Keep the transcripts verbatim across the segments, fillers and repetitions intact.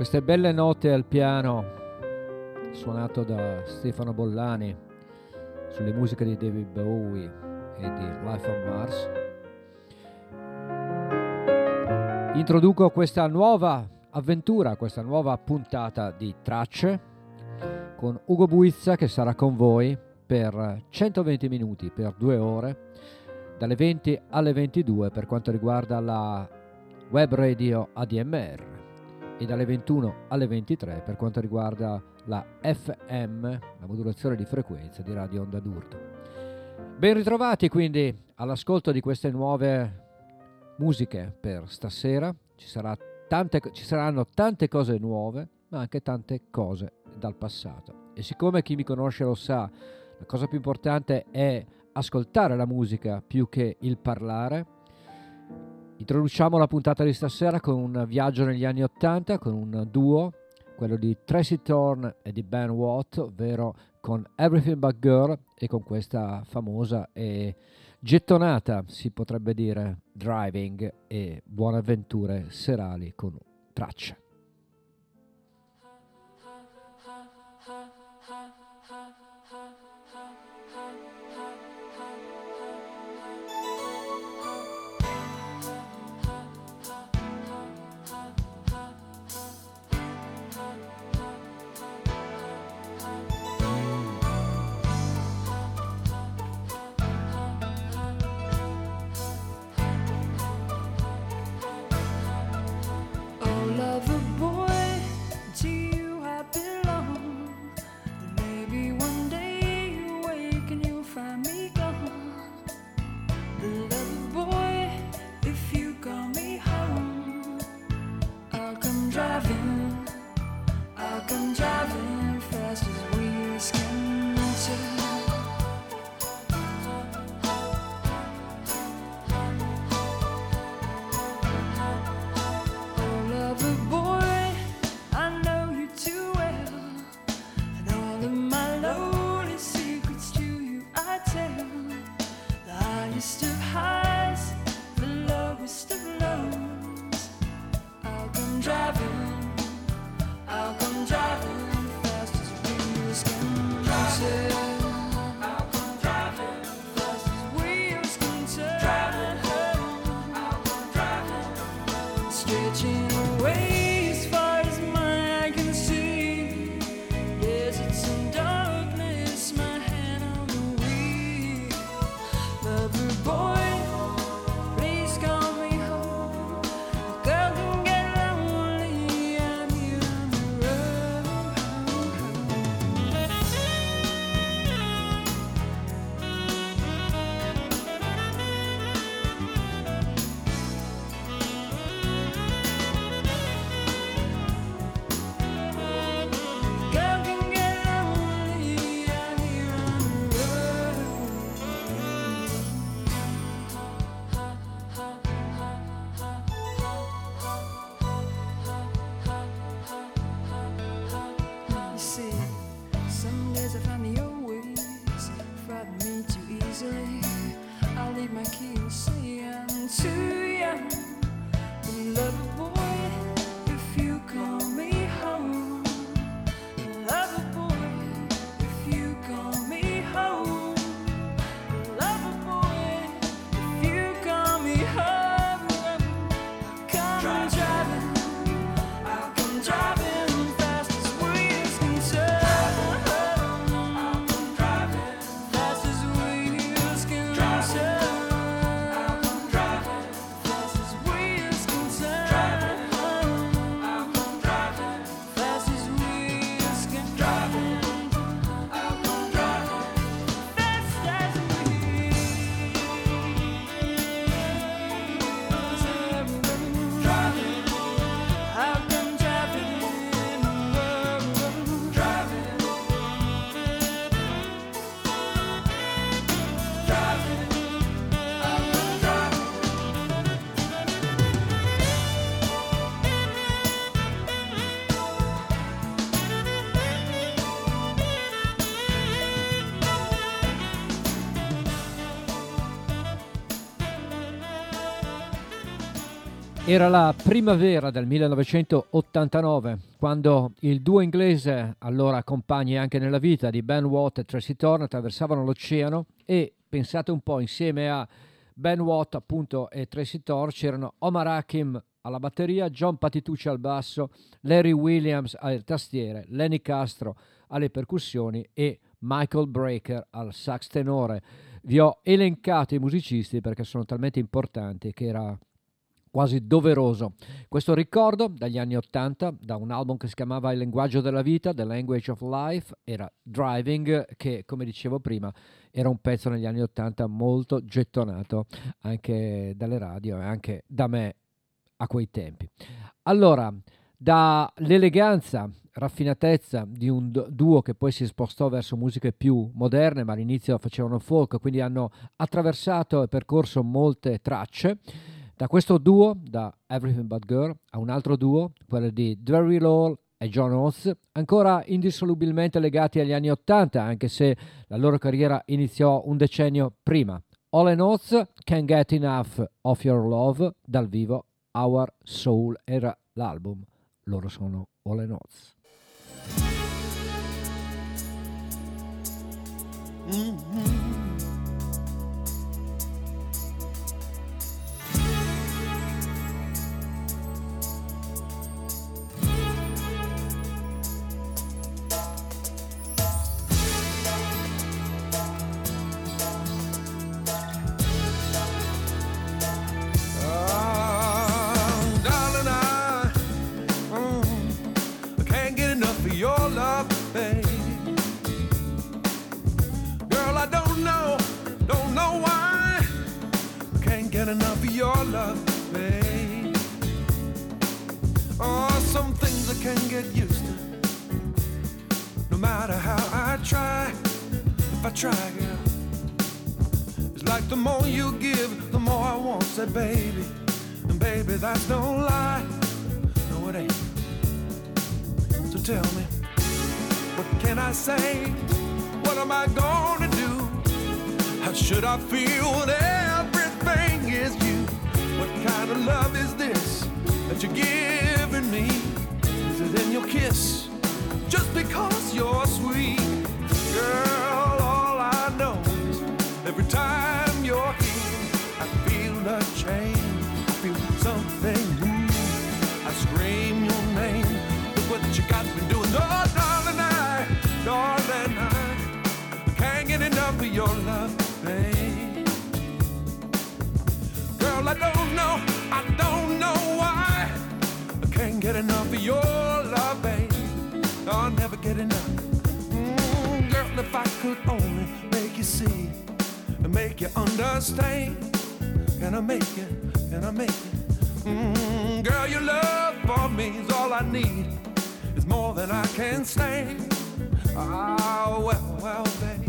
Queste belle note al piano suonato da Stefano Bollani sulle musiche di David Bowie e di Life on Mars. Introduco questa nuova avventura, questa nuova puntata di Tracce con Ugo Buizza, che sarà con voi per centoventi minuti, per due ore, dalle venti alle ventidue per quanto riguarda la web radio A D M R e dalle ventuno alle ventitré per quanto riguarda la F M, la modulazione di frequenza di Radio Onda d'Urto. Ben ritrovati quindi all'ascolto di queste nuove musiche per stasera. Ci, sarà tante, ci saranno tante cose nuove, ma anche tante cose dal passato. E siccome chi mi conosce lo sa, la cosa più importante è ascoltare la musica più che il parlare, introduciamo la puntata di stasera con un viaggio negli anni ottanta, con un duo, quello di Tracy Thorn e di Ben Watt, ovvero con Everything But Girl e con questa famosa e gettonata, si potrebbe dire, Driving e buone avventure serali con Tracce. Driving, Era la primavera del millenovecentottantanove, quando il duo inglese, allora compagni anche nella vita di Ben Watt e Tracy Thorn, attraversavano l'oceano e, pensate un po', insieme a Ben Watt appunto e Tracy Thorn c'erano Omar Hakim alla batteria, John Patitucci al basso, Larry Williams alle tastiere, Lenny Castro alle percussioni e Michael Brecker al sax tenore. Vi ho elencato i musicisti perché sono talmente importanti che era quasi doveroso questo ricordo dagli anni ottanta, da un album che si chiamava Il linguaggio della vita, The Language of Life, era Driving, che come dicevo prima era un pezzo negli anni ottanta molto gettonato anche dalle radio e anche da me a quei tempi. Allora, dall'eleganza, raffinatezza di un duo che poi si spostò verso musiche più moderne, ma all'inizio facevano folk, quindi hanno attraversato e percorso molte tracce. Da questo duo, da Everything But Girl, a un altro duo, quello di Jerry Lowell e John Oates, ancora indissolubilmente legati agli anni ottanta, anche se la loro carriera iniziò un decennio prima. All and Oates, Can't Get Enough of Your Love, dal vivo Our Soul era l'album. Loro sono All and Oates. Mm-hmm. Enough of your love, babe. Oh, some things I can't get used to. No matter how I try, if I try, girl. It's like the more you give, the more I want, say baby. And baby, that's no lie. No, it ain't. So tell me, what can I say? What am I gonna do? How should I feel when everything is you? What kind of love is this that you're giving me? Is it in your kiss? Just because you're sweet, girl, all I know is every time you're here, I feel a change, I feel something move, I scream your name, look what you got me doing. Oh, darling, I, darling, I can't get enough of your love, babe. Girl, I don't know, I don't know why I can't get enough of your love, babe. I'll never get enough. Mm, girl, if I could only make you see and make you understand, can I make it? Can I make it? Mm, girl, your love for me is all I need. It's more than I can stand. Ah, well, well, babe,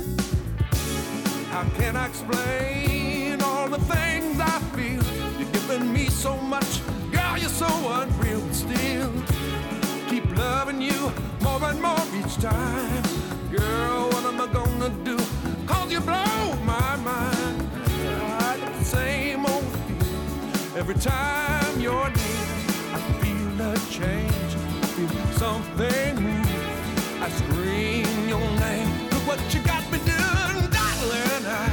how can I explain all the things I feel? You're giving me so much, girl, you're so unreal, but still keep loving you more and more each time. Girl, what am I gonna do? Cause you blow my mind. I get the same old feeling every time you're near. I feel a change, I feel something move, I scream your name. Look what you got me doing, darling. I,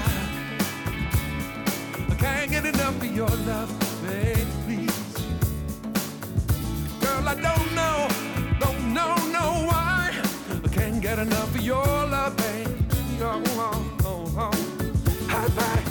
I can't get enough of your love, baby, please. Girl, I don't know, don't know, know why I can't get enough of your love, babe. Oh, oh, oh, oh. High five.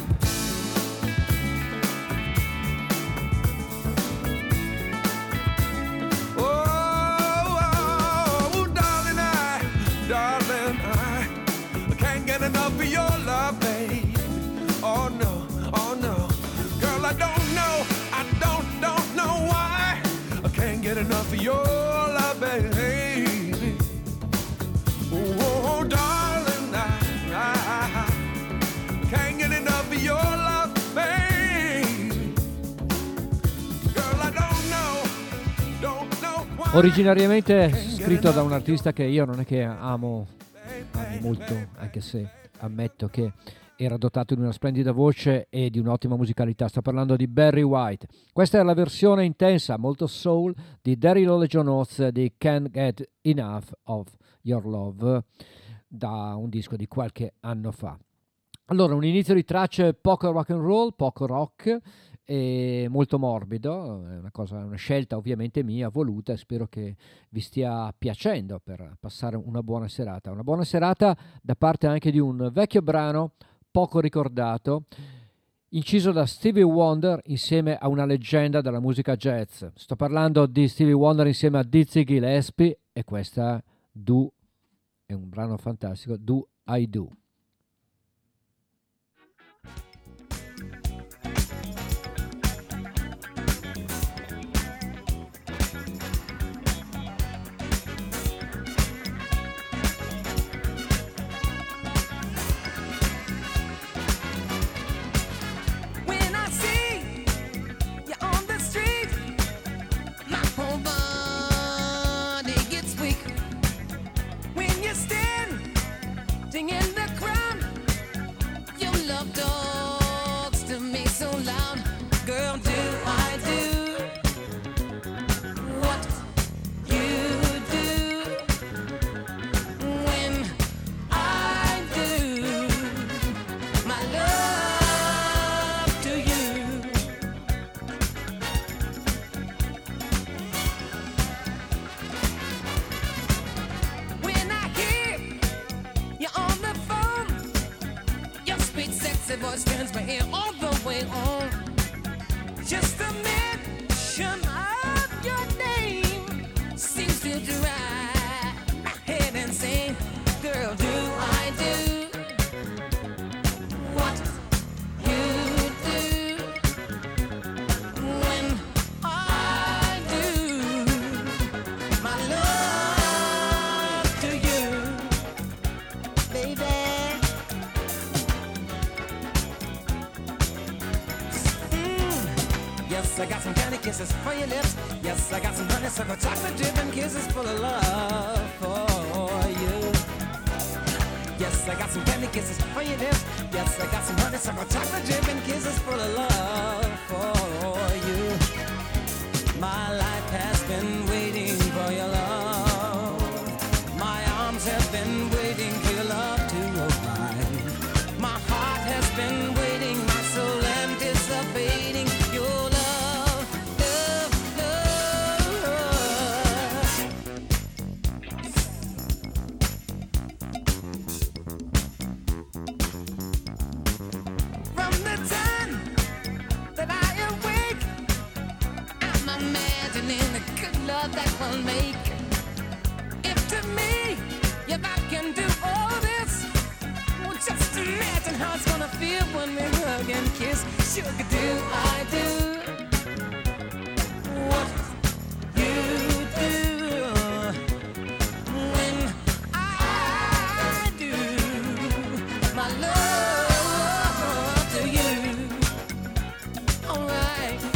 Enough of your love, babe. Oh no, oh no. Girl, I don't know, I don't, don't know why I can't get enough of your love, baby. Oh, darling, I, I, I can't get enough of your love, baby. Girl, I don't know, don't know why. Originariamente scritto da un artista che io non è che amo amo molto, anche se ammetto che era dotato di una splendida voce e di un'ottima musicalità. Sto parlando di Barry White. Questa è la versione intensa, molto soul, di Daryl Hall e John Oates di Can't Get Enough of Your Love, da un disco di qualche anno fa. Allora, un inizio di tracce poco rock and roll, poco rock, e molto morbido, è una cosa, una scelta ovviamente mia, voluta, e spero che vi stia piacendo per passare una buona serata. Una buona serata da parte anche di un vecchio brano poco ricordato, inciso da Stevie Wonder insieme a una leggenda della musica jazz. Sto parlando di Stevie Wonder insieme a Dizzy Gillespie, e questa Do, è un brano fantastico, Do I Do. In the crowd, your love talks to me so loud. Girl, do I do what you do when I do my love to you? When I hear you on the phone, your sweet sexy voice turns my ear all the way on. Just a mention of your name seems to drive my head insane. Girl, do I do what you do when I do my love to you? Baby, mm. Yes, I got some candy kisses for your lips. Yes, I got some honeysuckle chocolate dripping kisses full of love for you. Yes, I got some candy kisses for your lips. Yes, I got some honeysuckle chocolate dripping kisses full of love for you. My life has been waiting for your love. My arms have been waiting for your love to arrive. My heart has been waiting, my soul anticipating your love, love, love. From the time that I awake, I'm imagining the good love that we'll make. If to me, if I can do all this, well, just imagine how it's gonna feel when we hug and kiss. Sugar, do I do what you do when I do my love to you? Alright.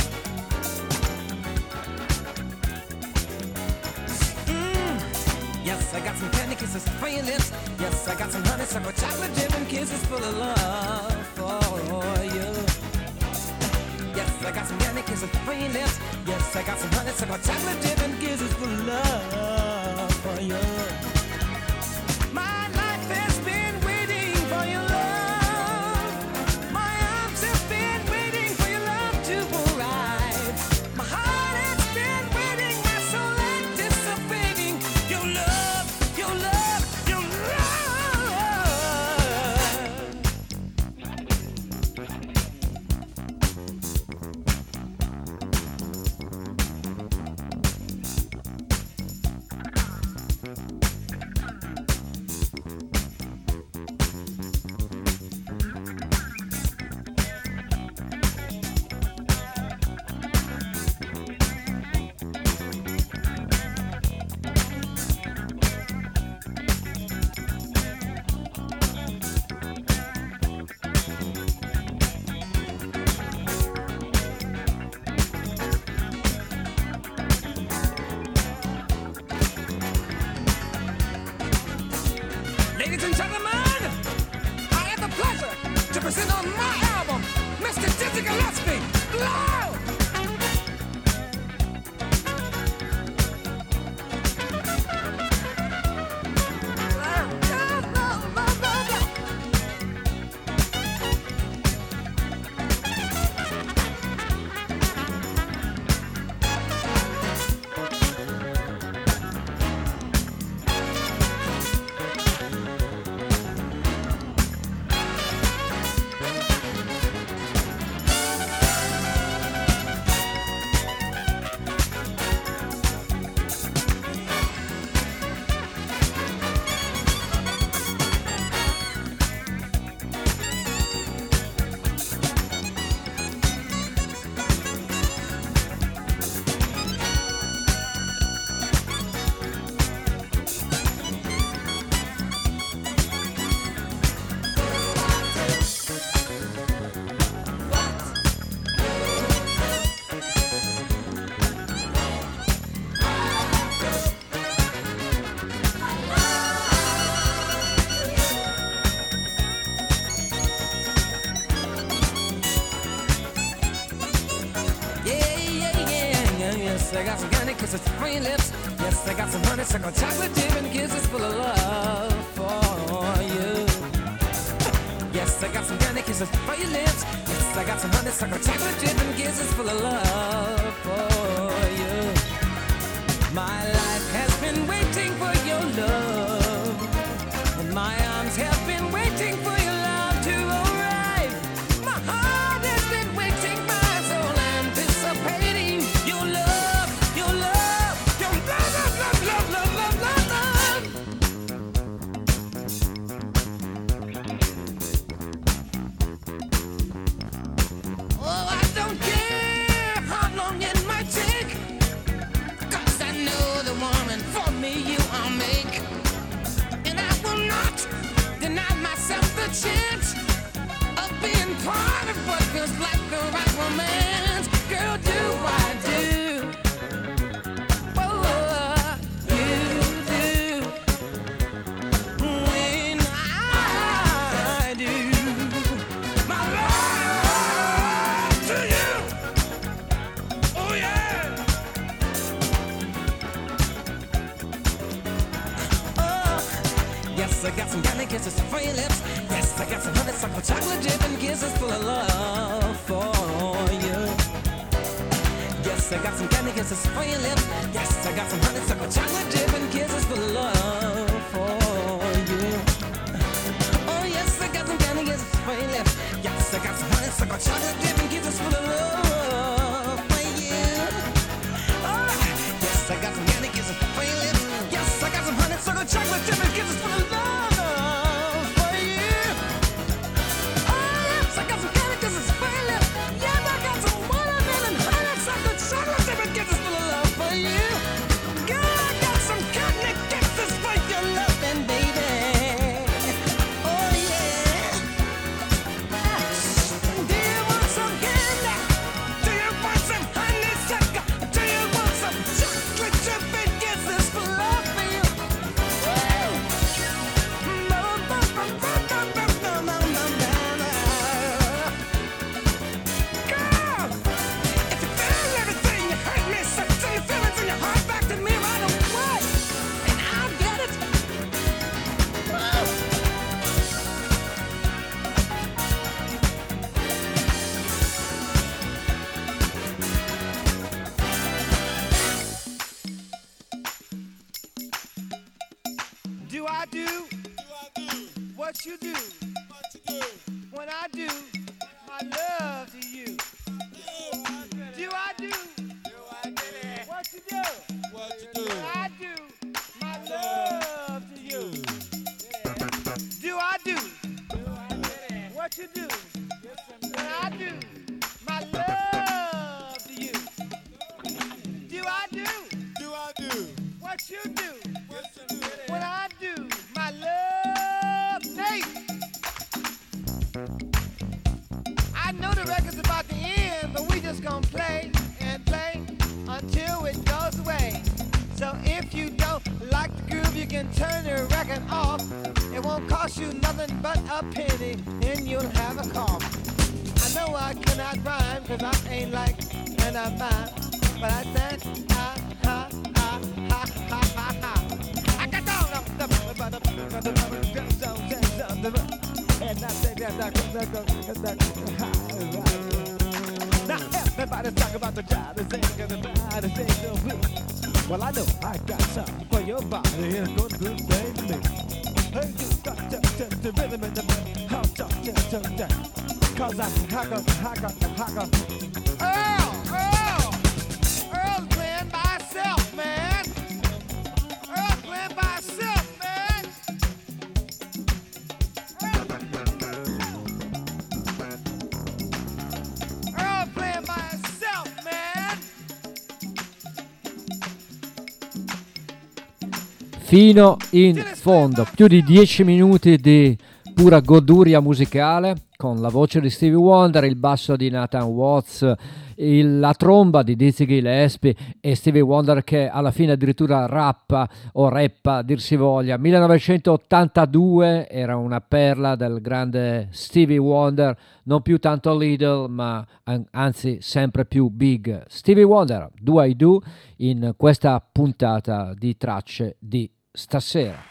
Mm. Yes, I got some candy kisses for your lips. Yes, I got some honeysuckle chocolate dripping kisses full of love for you. Yes, I got some candy kisses for your lips. Yes, I got some honeysuckle chocolate dripping kisses full of love for you. My life has been waiting for your love. My arms have been waiting for your love to arrive. My heart has been waiting, my soul anticipating your love, your love, your love. Ladies and gentlemen, I have the pleasure to focusing on my album, Mister Dizzy Gillespie. Blow! I got some candy kisses for your lips. Yes, I got some honeysuckle chocolate dip and kisses full of love for you. Yes, I got some candy kisses for your lips. Yes, I got some honeysuckle chocolate dip and kisses full of love for you. My life has been waiting for your love, and my arms have been waiting for your love to arrive. My heart has been waiting, my soul anticipating your love, your love, your love, love, love, love, love, love, love. Oh, I don't care how long it might take, 'cause I know the woman for me you I'll make, and I will not deny myself the chance of being part of what feels like the right romance. Girl, do I do? Oh, you do. When I do my love to you. Oh yeah. Oh, yes, I got some candy kisses for your lips. Yes, I got some honeysuckle chocolate dip and kisses full of love for you. Yes, I got some candy kisses for your lips. Yes, I got some honeysuckle chocolate dip and kisses full of love for you. Oh, yes, I got some candy kisses for your lips. Yes, I got some honeysuckle chocolate dip and kisses full of love for you. Oh, yes, I got some candy kisses for your lips. Yes, I got some honeysuckle chocolate dip and kisses full of love for you. Oh, yes, I got some candy kisses for your lips. Yes, I got some watermelon honeysuckle chocolate dip and kisses full of love for you. Girl, I got some candy kisses for your loving, baby. Oh, yeah. Do you want some candy? Do you want some honeysuckle? Do you want some chocolate chip and kisses for love for you? Woo! Girl, if you feel everything, you hurt me, so send your feelings and your heart back to me right away, and I'll get it. Woo! Do I do what you do when I do my love to you? Do I do what you do when I do my love to you? Do I do what you do when I do my love to you? Do I do what you do when I do my love, Nate? I know the record's about to end, but we just gonna play and play until it goes away. So if you don't like the groove, you can turn the record off. It won't won't cost you nothing but a penny, and you'll have a cough. I know I cannot rhyme, cause I ain't like an a man, but I think ha ha ha ha ha ha ha. I got down up the and I say that now everybody's talking about the job, they say everybody say the week. Well, I know I got something for your body, and it's gonna do the same to me. Hey, you got to the rhythm in the how talk to that. Cause I hacker, hacker, hacker. Earl, Earl, Earl's playing by himself, man. Earl's playing by himself, man. Earl playing by himself, man. Fino in fondo, più di dieci minuti di pura goduria musicale, con la voce di Stevie Wonder, il basso di Nathan Watts, il, la tromba di Dizzy Gillespie e Stevie Wonder che alla fine addirittura rappa o rappa, dir si voglia. millenovecentottantadue era una perla del grande Stevie Wonder, non più tanto little ma anzi sempre più big. Stevie Wonder, Do I Do, in questa puntata di tracce di stasera.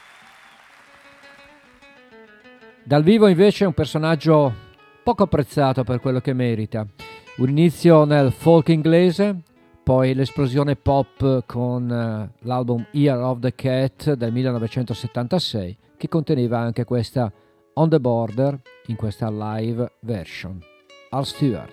Dal vivo invece è un personaggio poco apprezzato per quello che merita. Un inizio nel folk inglese, poi l'esplosione pop con uh, l'album Year of the Cat del millenovecentosettantasei, che conteneva anche questa On the Border in questa live version. Al Stewart.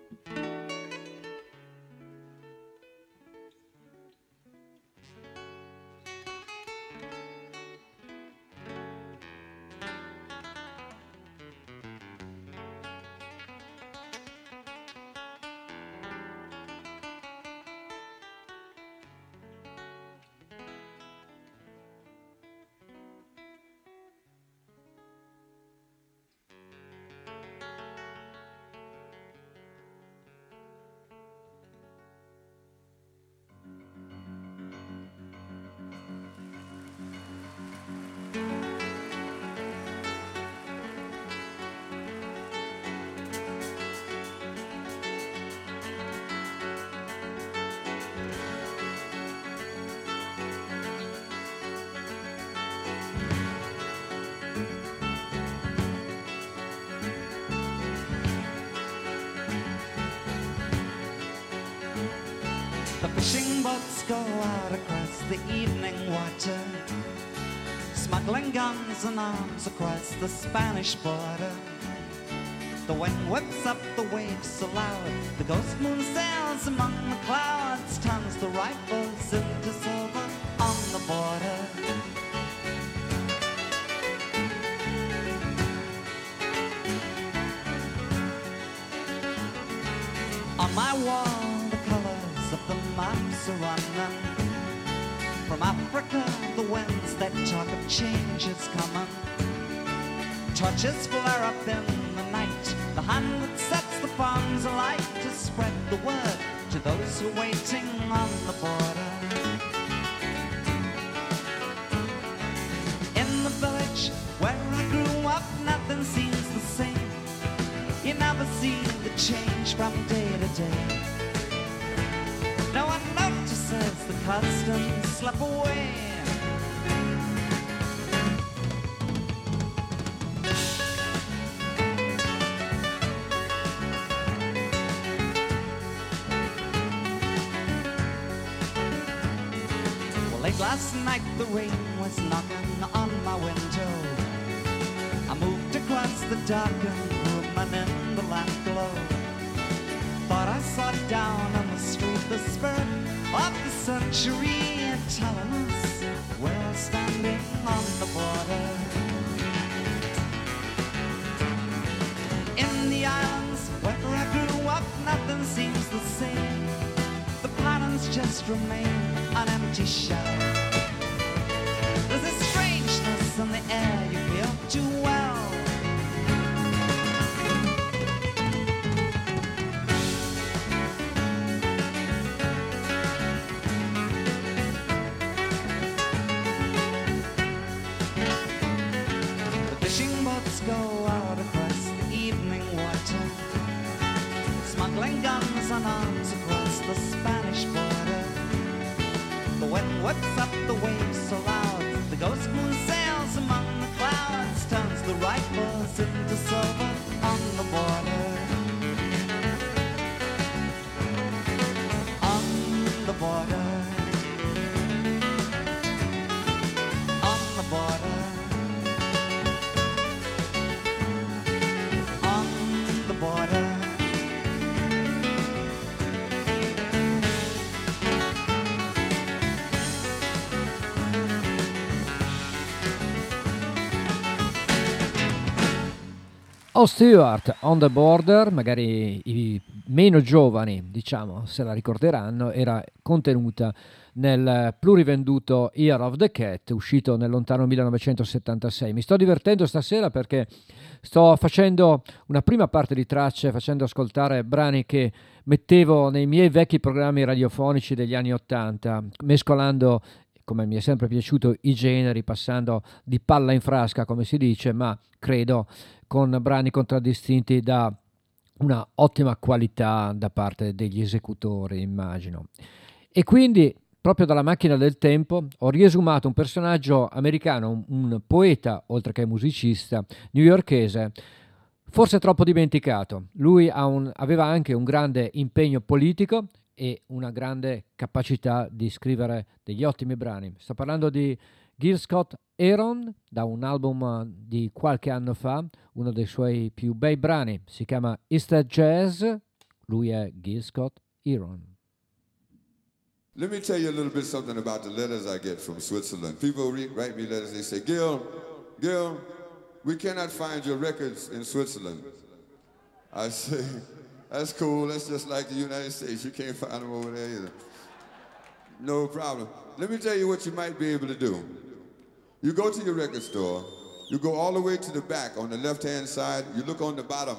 Fishing boats go out across the evening water, smuggling guns and arms across the Spanish border. The wind whips up the waves so loud, the ghost moon sails among the clouds, turns the rifles into silver on the border. On my wall the maps are running from Africa, the winds that talk of change is coming. Torches flare up in the night, the hand that sets the farms alight to spread the word to those who are waiting on the border. In the village where I grew up, nothing seems the same. You never see the change from day to day. No one notices the customs slip away. Well, late last night the rain was knocking on my window. I moved across the darkened room and in the lamp glow thought I saw down on the street the spirit of the century telling us we're all standing on the border. In the islands where I grew up, nothing seems the same. The patterns just remain an empty shell. There's a strangeness in the air you feel too well. Fishing boats go out across the evening water, smuggling guns and arms across the Spanish border. The wind whips up the waves so loud, the ghost moon sails among the clouds, turns the rifles into silver on the border. On the border. On the border. On the border. O Stewart, On the Border, magari i meno giovani, diciamo, se la ricorderanno, era contenuta nel plurivenduto Year of the Cat, uscito nel lontano millenovecentosettantasei. Mi sto divertendo stasera perché sto facendo una prima parte di tracce, facendo ascoltare brani che mettevo nei miei vecchi programmi radiofonici degli anni Ottanta, mescolando, come mi è sempre piaciuto, i generi, passando di palla in frasca, come si dice, ma credo con brani contraddistinti da una ottima qualità da parte degli esecutori, immagino. E quindi, proprio dalla macchina del tempo, ho riesumato un personaggio americano, un, un poeta, oltre che musicista, newyorkese, forse troppo dimenticato. Lui ha un, aveva anche un grande impegno politico e una grande capacità di scrivere degli ottimi brani. Sto parlando di Gil Scott-Heron, da un album di qualche anno fa, uno dei suoi più bei brani, si chiama Is That Jazz? Lui è Gil Scott-Heron. Let me tell you a little bit something about the letters I get from Switzerland. People re- write me letters, they say, Gil, Gil, we cannot find your records in Switzerland. I say, that's cool, that's just like the United States, you can't find them over there either. No problem. Let me tell you what you might be able to do. You go to your record store, you go all the way to the back on the left-hand side, you look on the bottom.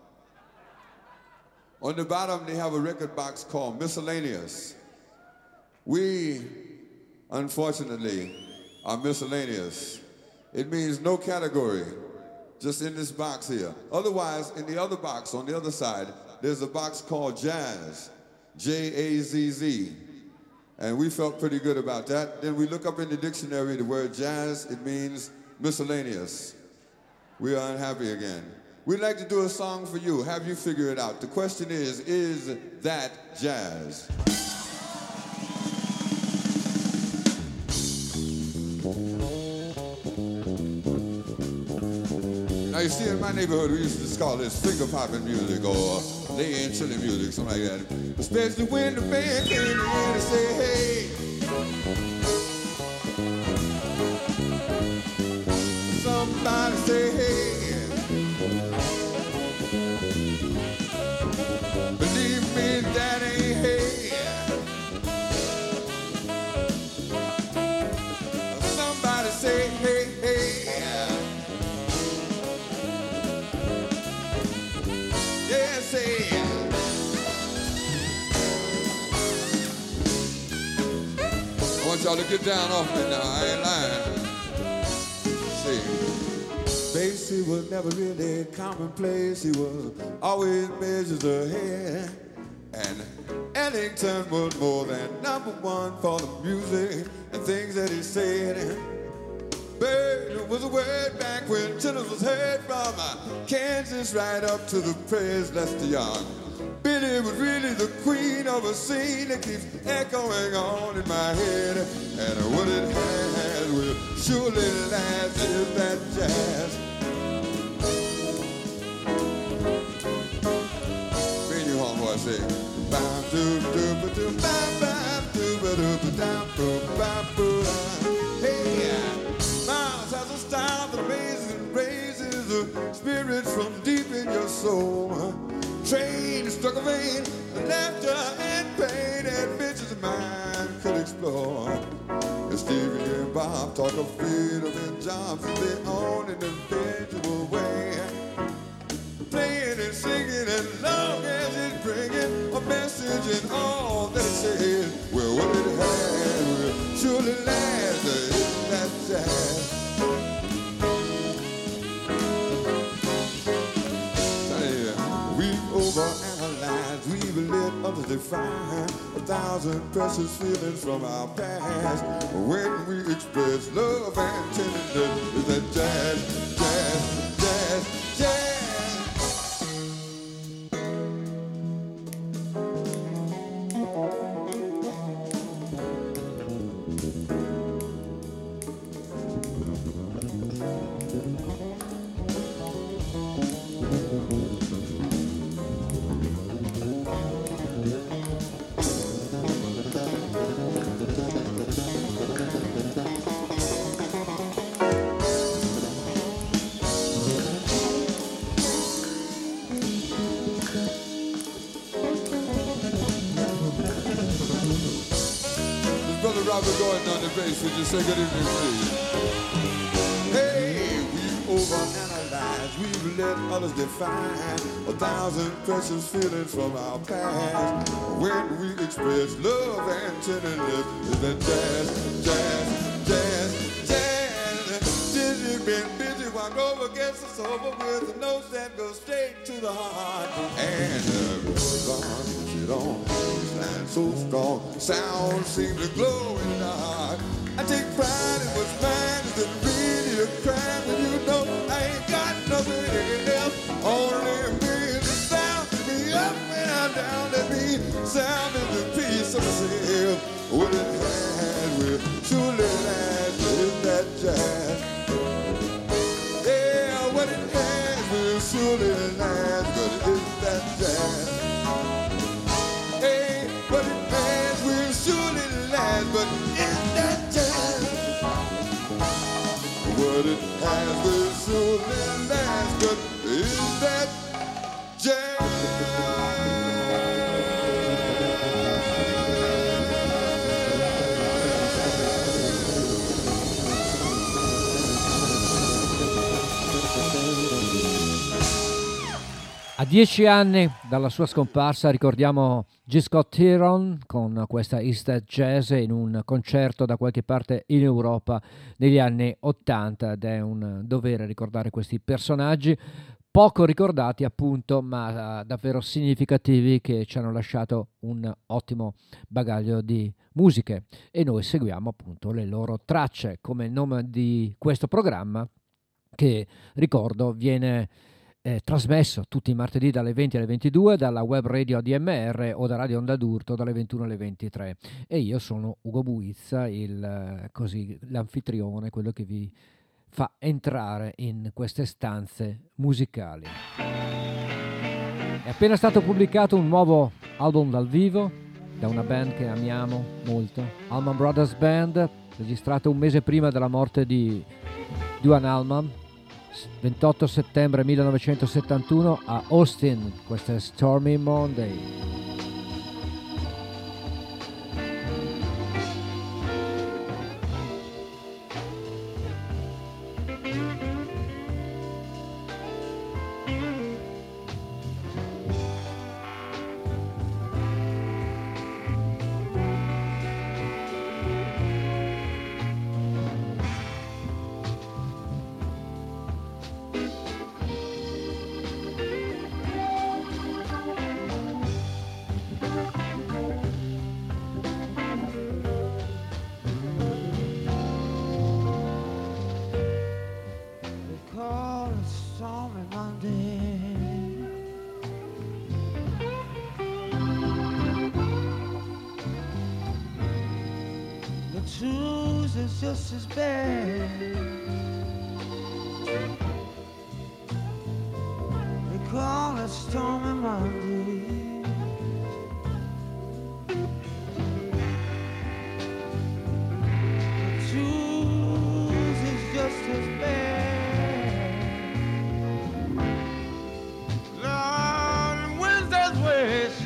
On the bottom, they have a record box called Miscellaneous. We, unfortunately, are miscellaneous. It means no category, just in this box here. Otherwise, in the other box, on the other side, there's a box called Jazz, J A Z Z. And we felt pretty good about that. Then we look up in the dictionary the word jazz, it means miscellaneous. We are unhappy again. We'd like to do a song for you, have you figure it out. The question is, is that jazz? Now you see, in my neighborhood, we used to call this finger popping music or lay-in chili music, something like that. Especially when the band came in and say, hey. Somebody say, hey. Believe me, that ain't hey. Somebody say, hey, hey. Yeah, say it. I want y'all to get down off me now, I ain't lying. See, Basie was never really commonplace. He was always measures ahead. And Ellington was more than number one for the music and things that he said. Bird was a word back when tennis was heard from uh, Kansas right up to the prayers Lester Young. Billy was really the queen of a scene that keeps echoing on in my head. And what it has will surely last is that jazz. Bring your homeboy say, bam doo doo ba doo bam bam doo ba doo ba dam boom bam boom. Hey, Miles has a style that amazes and raises the spirit from deep in your soul. Train struck a vein, laughter and pain, adventures a mind could explore. And Stevie and Bob talk of freedom and jobs in their own individual way. Playing and singing as long as it's bringing a message in all that it says. Well, what it has will surely last. Is that jazz? they find a thousand precious feelings from our past. When we express love and tenderness, is that jazz, jazz, jazz, jazz. Robert Gordon on the bass, would you say good evening, please? Hey, we've overanalyzed, we've let others define a thousand precious feelings from our past. When we express love and tenderness, is that jazz, jazz, jazz, jazz. Dizzy been busy, walk over, gets us over with the notes that go straight to the heart. And uh, goes on, sit on. So strong, sound seems to glow in the heart. I take pride in what's mine. Is it really a crime? And you know I ain't got nothing else. Only me and the sound. Me up and I'm down. Let me sound in the peace of myself. What it has will surely last. Is that jazz? Yeah, what it has will surely last. But is that jazz? But it has will surely last. But is that jazz? What it has will surely last. But is that jazz? A dieci anni dalla sua scomparsa ricordiamo G. Scott Heron con questa Is That Jazz in un concerto da qualche parte in Europa negli anni ottanta, ed è un dovere ricordare questi personaggi poco ricordati appunto, ma davvero significativi, che ci hanno lasciato un ottimo bagaglio di musiche, e noi seguiamo appunto le loro tracce, come il nome di questo programma che, ricordo, viene Eh, trasmesso tutti i martedì dalle venti alle ventidue dalla web radio A D M R o da Radio Onda d'Urto dalle ventuno alle ventitré, e io sono Ugo Buizza, il, così, l'anfitrione, quello che vi fa entrare in queste stanze musicali. È appena stato pubblicato un nuovo album dal vivo da una band che amiamo molto, Allman Brothers Band, registrato un mese prima della morte di Duane Allman, ventotto settembre millenovecentosettantuno a Austin. Questa è Stormy Monday. Just as bad. They call it Stormy Monday. The truth is just as bad. On Wednesday's wish,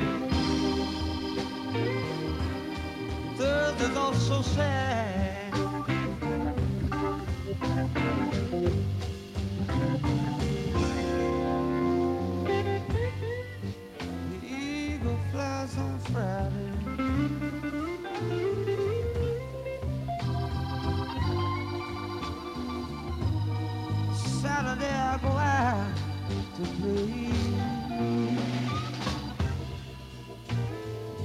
Thursday's also sad. On Friday, Saturday I go out to play.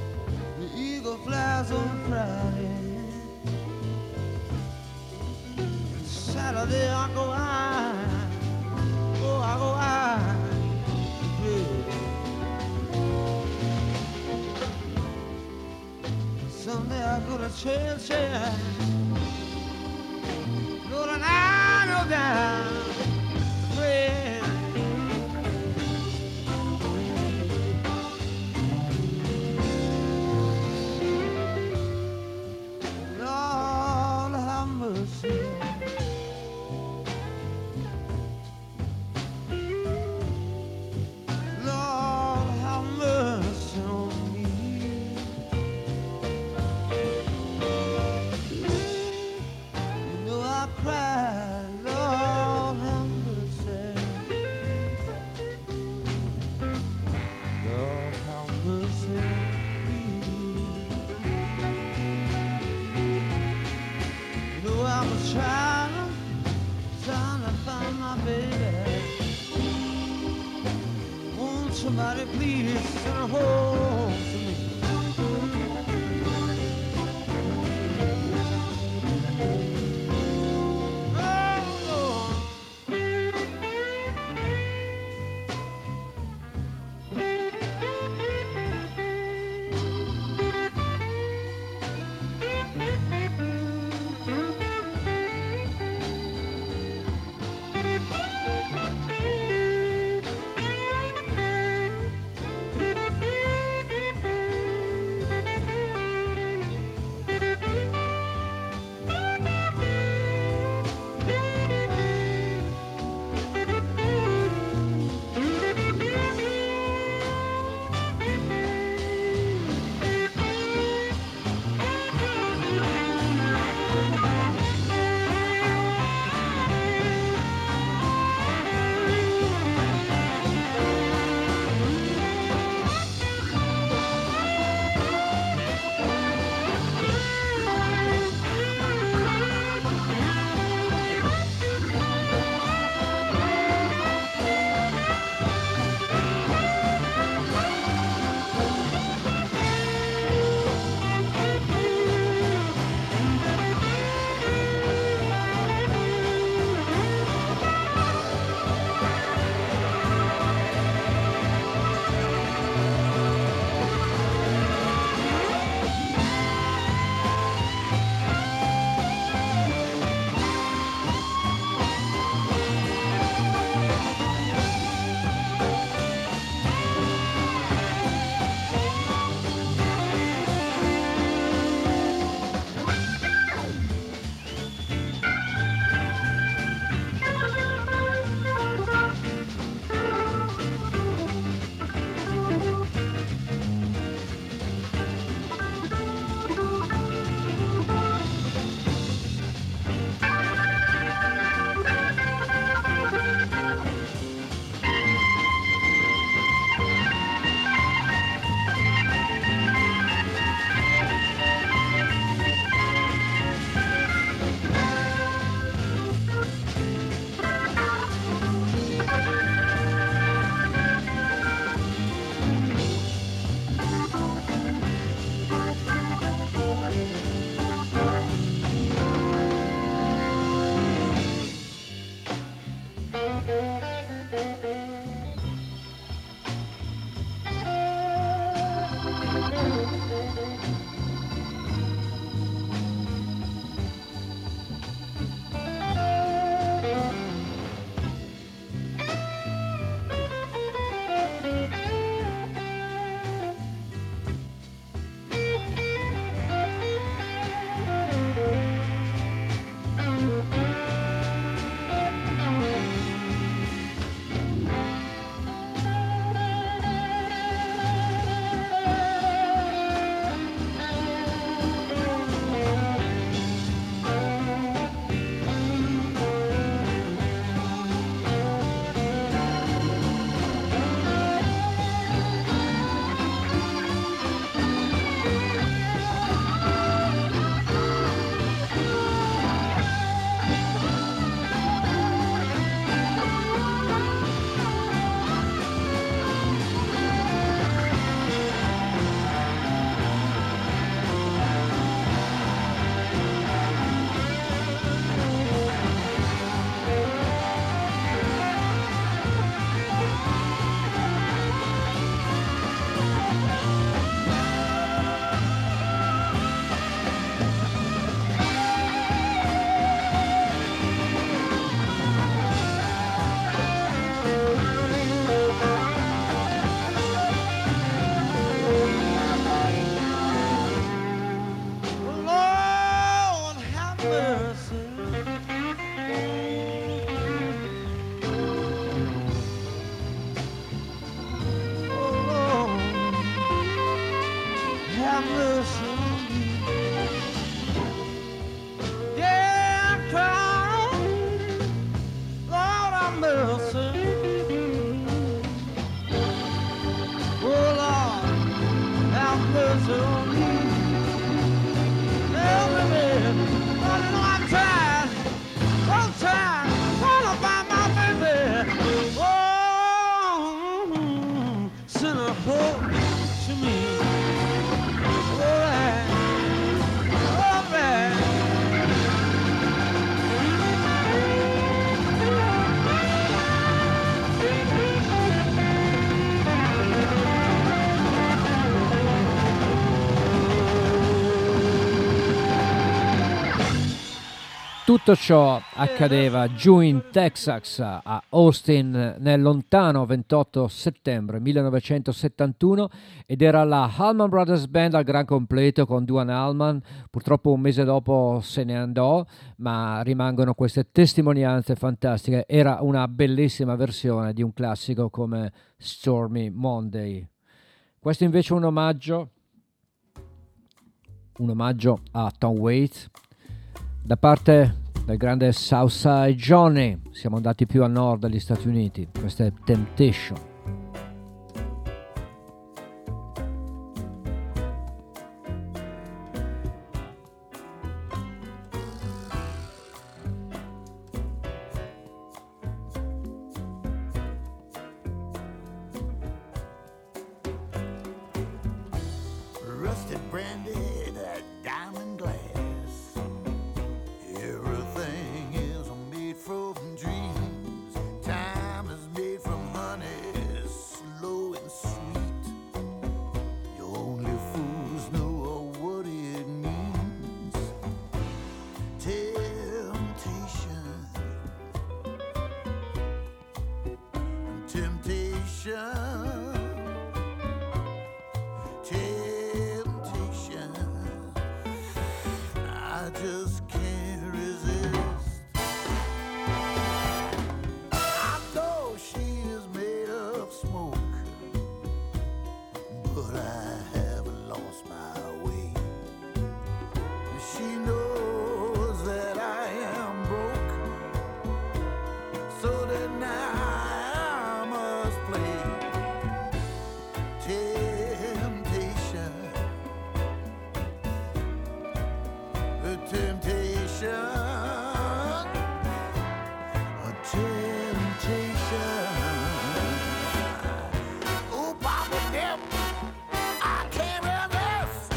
chill, chill. Lord, and I know down the bridge. Lord, have mercy. Lord, have mercy on me. You know I cried, Lord, have mercy. Lord, have mercy. You know I was trying, trying to find my baby. Won't somebody please send her home to me? Oh, mercy. Oh Lord, have mercy on me. Help me, baby. Lord, you know I'm tired. I'm tired. Wanna find my baby. Oh, send a hope to me. All right. All right. Tutto ciò accadeva giù in Texas, a Austin, nel lontano ventotto settembre millenovecentosettantuno, ed era la Allman Brothers Band al gran completo con Duane Allman. Purtroppo un mese dopo se ne andò, ma rimangono queste testimonianze fantastiche. Era una bellissima versione di un classico come Stormy Monday. Questo invece è un omaggio, un omaggio a Tom Waits da parte del grande Southside Johnny. Siamo andati più a nord degli Stati Uniti. Questa è Temptation. Rusted brandy, that diamond glass. Everything is made from dreams. Time is made from honey, slow and sweet. You only fools know what it means. Temptation, temptation. Temptation, I just can't resist. I know she is made of smoke, but I haven't lost my way. She knows that I am broke, so that now I must play. Temptation, a temptation, a temptation. Oh, Papa Dip, I can't resist.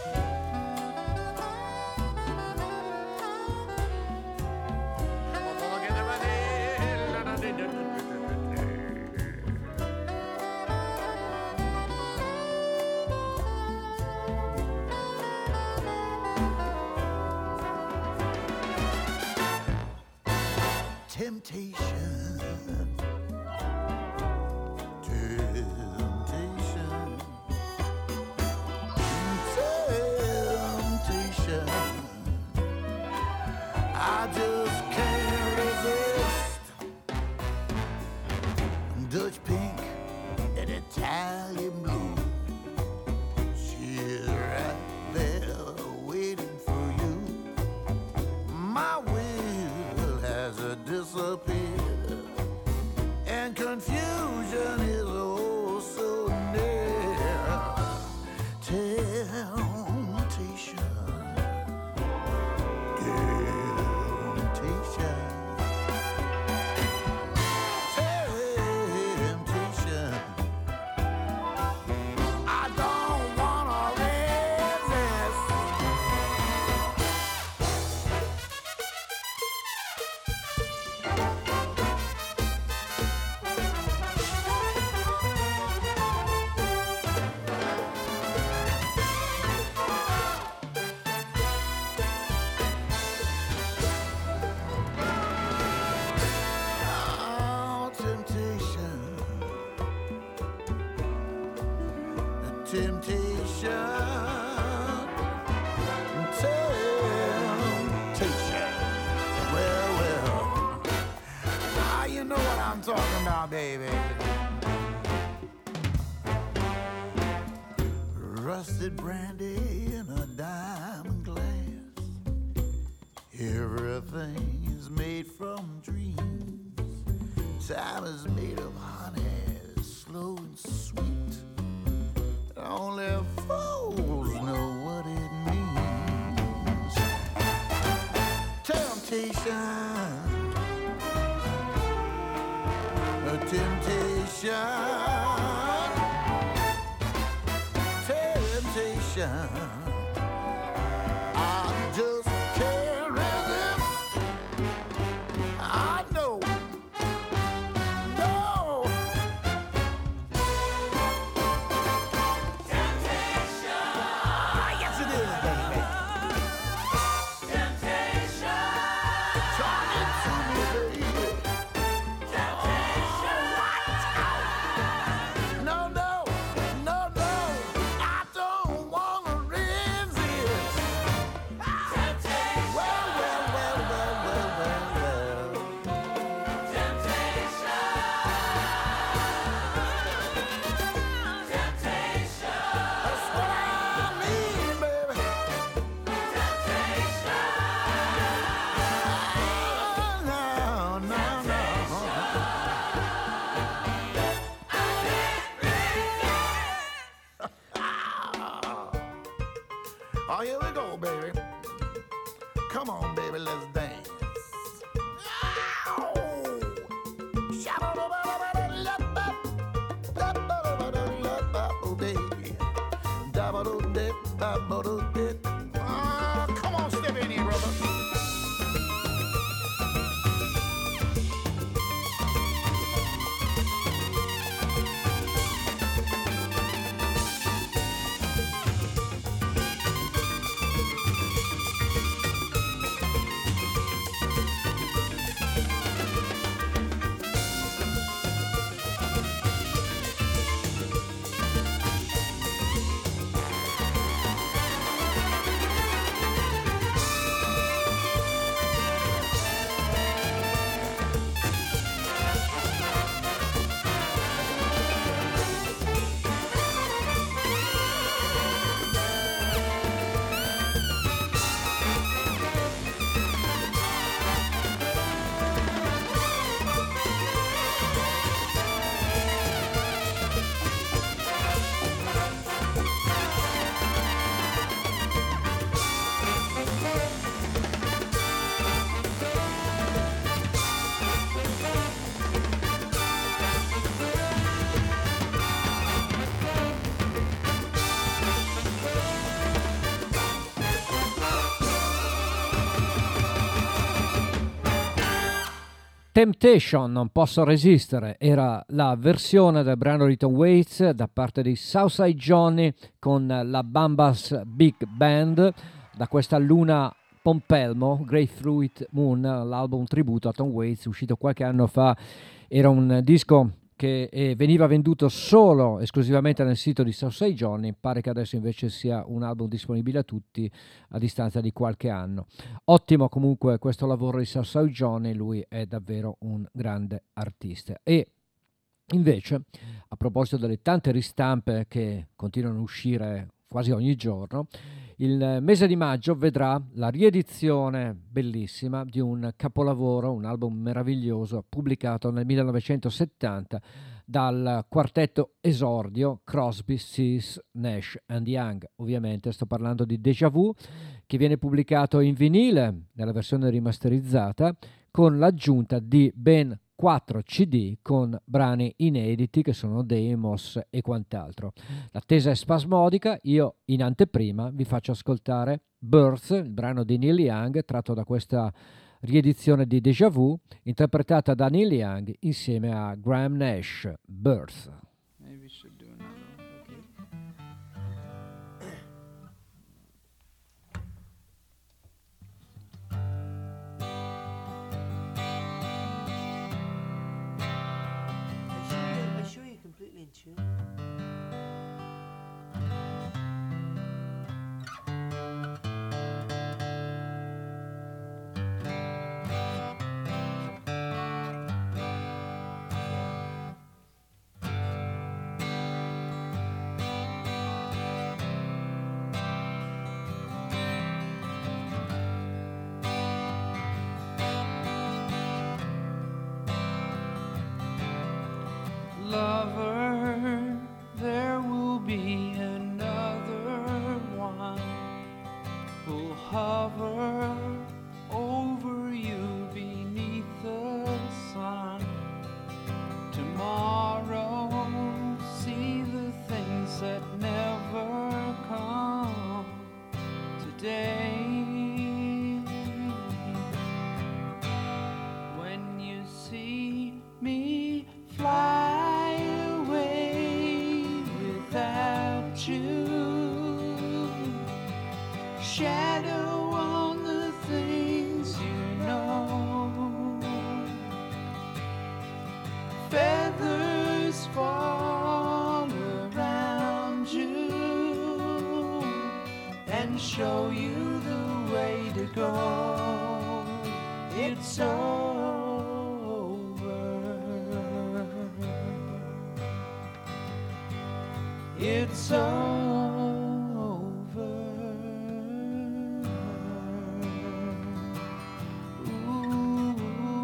Temptation, temptation, temptation. I just can't resist. Dutch pink and Italian blue. She's right there waiting for you. My will has a disappeared, and confusion is oh so near. Temptation, temptation, temptation. I don't wanna resist. Oh, temptation, temptation, temptation. Well, well, now you know what I'm talking about, baby. Rusted brandy in a diamond glass. Everything is made from dreams. Time is made of honey, slow and sweet. Only fools know what it means. Temptation, a temptation, temptation. I just can't resist. I know. No. Temptation. Yes, it is, baby. Temptation. Talk it to me, baby. Temptation. What? No, no, no, no. I don't wanna resist. Temptation. Well, well, well, well, well, well, well. Temptation. Temptation. That's what I mean, baby. Temptation. No, no, no. Oh, here we go, baby. Come on, baby, let's dance. Oh, baby. Ah, come on, step in here, brother. Temptation, non posso resistere, era la versione del brano di Tom Waits da parte di Southside Johnny con la Bambas Big Band da questa Luna Pompelmo, Grapefruit Moon, l'album tributo a Tom Waits uscito qualche anno fa. Era un disco che eh, veniva venduto solo esclusivamente nel sito di Southside Johnny. Pare che adesso invece sia un album disponibile a tutti a distanza di qualche anno. Ottimo comunque questo lavoro di Southside Johnny, lui è davvero un grande artista. E invece, a proposito delle tante ristampe che continuano a uscire quasi ogni giorno, il mese di maggio vedrà la riedizione bellissima di un capolavoro, un album meraviglioso pubblicato nel millenovecentosettanta dal quartetto esordio Crosby, Stills, Nash and Young. Ovviamente sto parlando di Déjà Vu, che viene pubblicato in vinile nella versione rimasterizzata con l'aggiunta di ben quattro C D con brani inediti che sono demos e quant'altro. L'attesa è spasmodica. Io in anteprima vi faccio ascoltare Birth, il brano di Neil Young tratto da questa riedizione di Déjà Vu interpretata da Neil Young insieme a Graham Nash. Birth. Maybe we should do another one, okay? Are you sure you're completely in tune? lover, there will be another one who'll hover over you beneath the sun. Tomorrow, see the things that never come today. When you see me fly away without you, shadow on the things you know, feathers fall around you and show you the way to go. It's over. It's over. Ooh.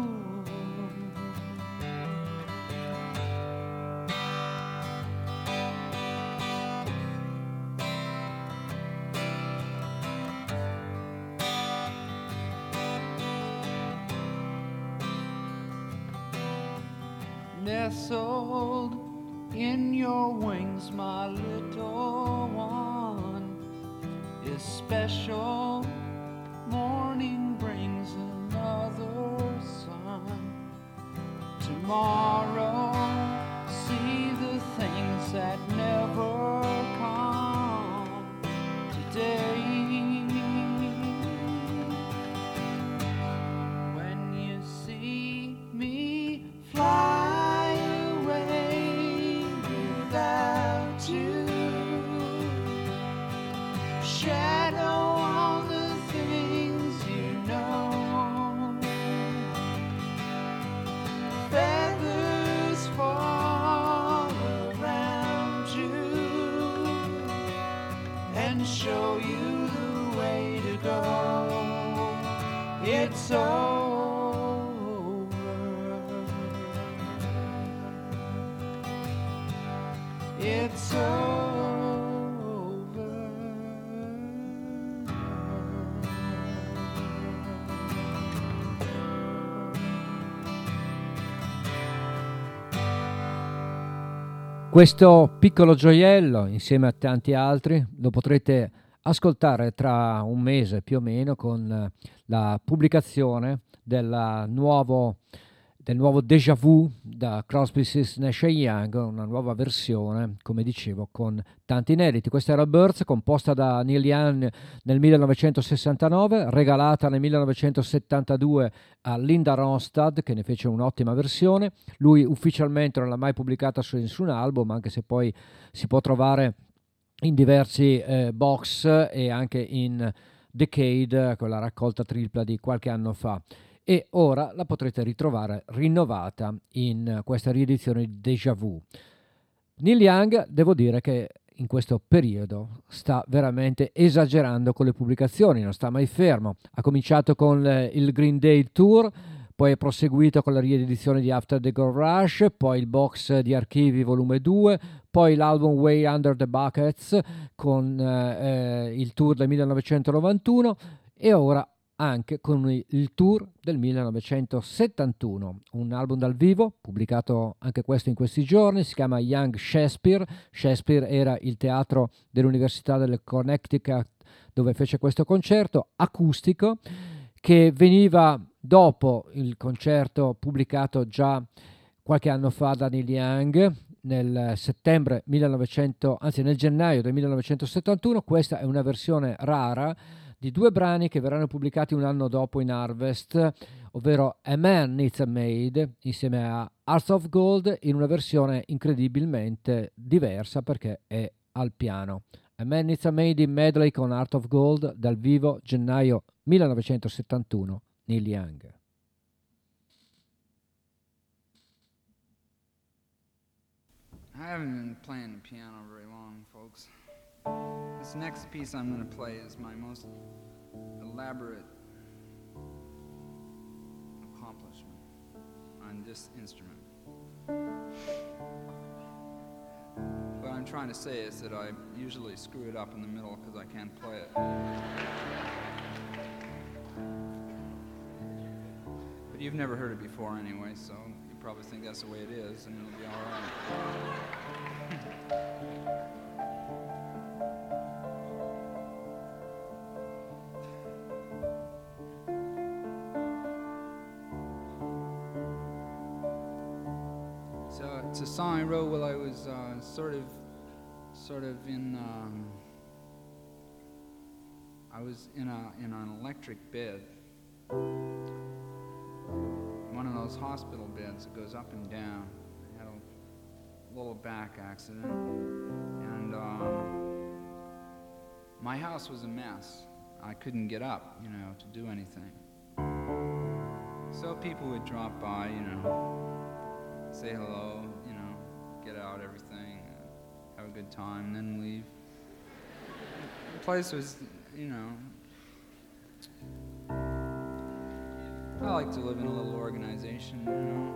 Nestled in your wings, my little one, is special. Morning brings another sun. Tomorrow, see the things that never come today. When you see me fly away without you, shadow on the things you know, feathers fall around you and show you the way to go. It's over. It's over. Questo piccolo gioiello, insieme a tanti altri, lo potrete ascoltare tra un mese più o meno con la pubblicazione della nuovo, del nuovo Déjà Vu da Crosby, Stills, Nash and Young, una nuova versione, come dicevo, con tanti inediti. Questa era Birds, composta da Neil Young nel millenovecentosessantanove, regalata nel millenovecentosettantadue a Linda Ronstadt, che ne fece un'ottima versione. Lui ufficialmente non l'ha mai pubblicata su nessun album, anche se poi si può trovare in diversi eh, box e anche in Decade, quella raccolta tripla di qualche anno fa. E ora la potrete ritrovare rinnovata in questa riedizione di Déjà Vu. Neil Young, devo dire che in questo periodo sta veramente esagerando con le pubblicazioni, non sta mai fermo. Ha cominciato con il Green Day Tour, poi è proseguito con la riedizione di After the Gold Rush, poi il box di Archivi volume due, poi l'album Way Under the Buckets con eh, il tour del millenovecentonovantuno e ora anche con il tour del millenovecentosettantuno, un album dal vivo pubblicato anche questo in questi giorni, si chiama Young Shakespeare. Shakespeare era il teatro dell'Università del Connecticut dove fece questo concerto acustico, che veniva dopo il concerto pubblicato già qualche anno fa da Neil Young nel settembre millenovecento, anzi nel gennaio del millenovecentosettantuno. Questa è una versione rara di due brani che verranno pubblicati un anno dopo in Harvest, ovvero A Man Needs a Maid insieme a Hearts of Gold, in una versione incredibilmente diversa perché è al piano. A Man Needs a Maid in medley con Heart of Gold, dal vivo, gennaio millenovecentosettantuno, Neil Young. I haven't been playing the piano very long, folks. This next piece I'm going to play is my most elaborate accomplishment on this instrument. trying to say is that I usually screw it up in the middle because I can't play it. But you've never heard it before anyway, so you probably think that's the way it is, and it'll be all right. So it's a song I wrote while I was uh, sort of, sort of in. Um, I was in a in an electric bed, one of those hospital beds that goes up and down. I had a little back accident, and um, my house was a mess. I couldn't get up, you know, to do anything. So people would drop by, you know. Say hello, you know, get out everything, uh, have a good time, and then leave. The place was, you know, I like to live in a little organization, you know.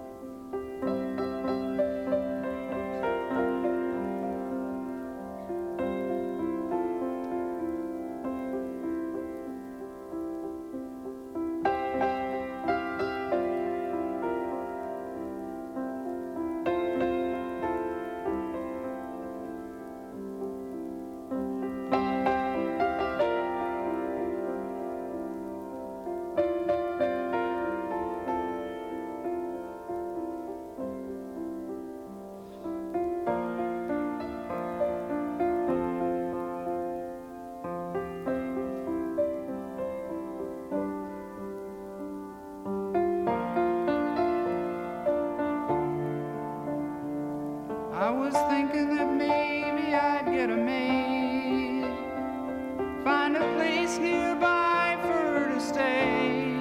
I was thinking that maybe I'd get a maid, find a place nearby for her to stay,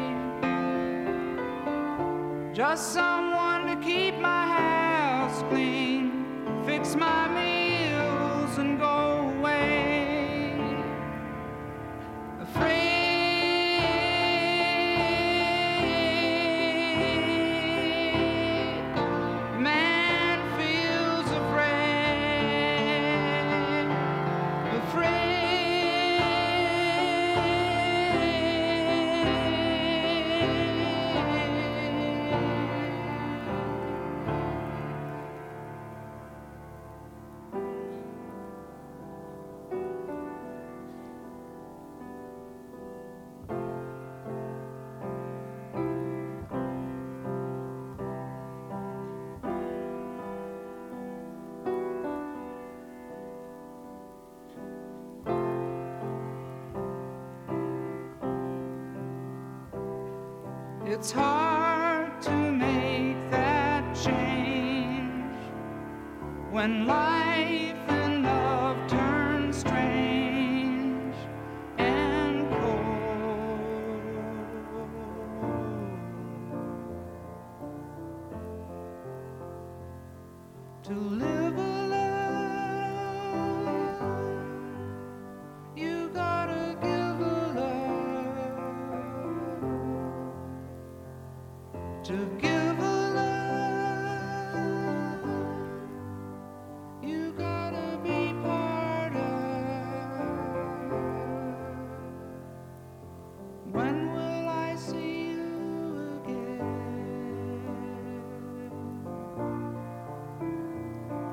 just someone to keep my house clean, fix my meals and go away. Afraid it's hard to make that change when life and love turn strange and cold. To live alone, you gotta give a love. To give a love, you gotta be part of. When will I see you again?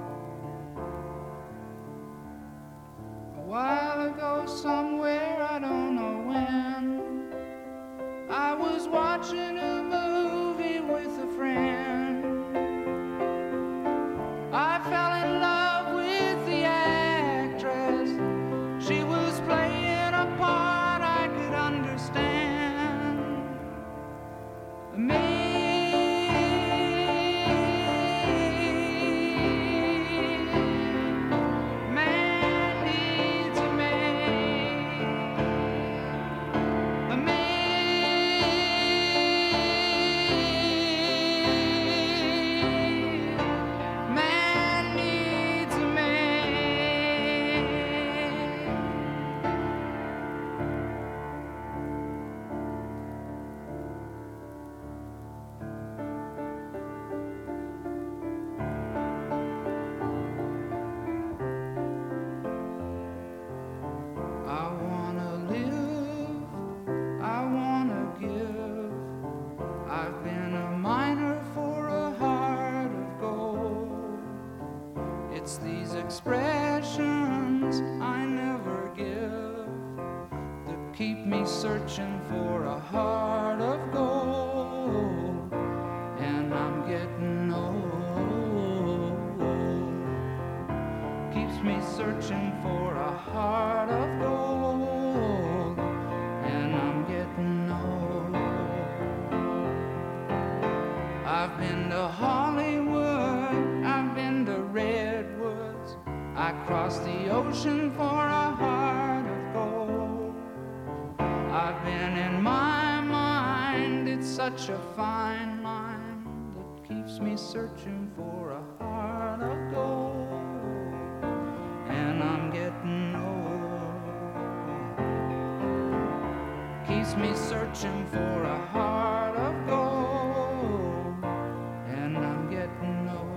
expressions I never give that keep me searching for a heart of gold, and I'm getting old. Keeps me searching for a heart of gold, and I'm getting old. I've been to Hollywood, I've been to Redwoods, I crossed the ocean for a heart of gold. I've been in my mind, it's such a fine line that keeps me searching for a heart of gold, and I'm getting old. Keeps me searching for a heart of gold, and I'm getting old.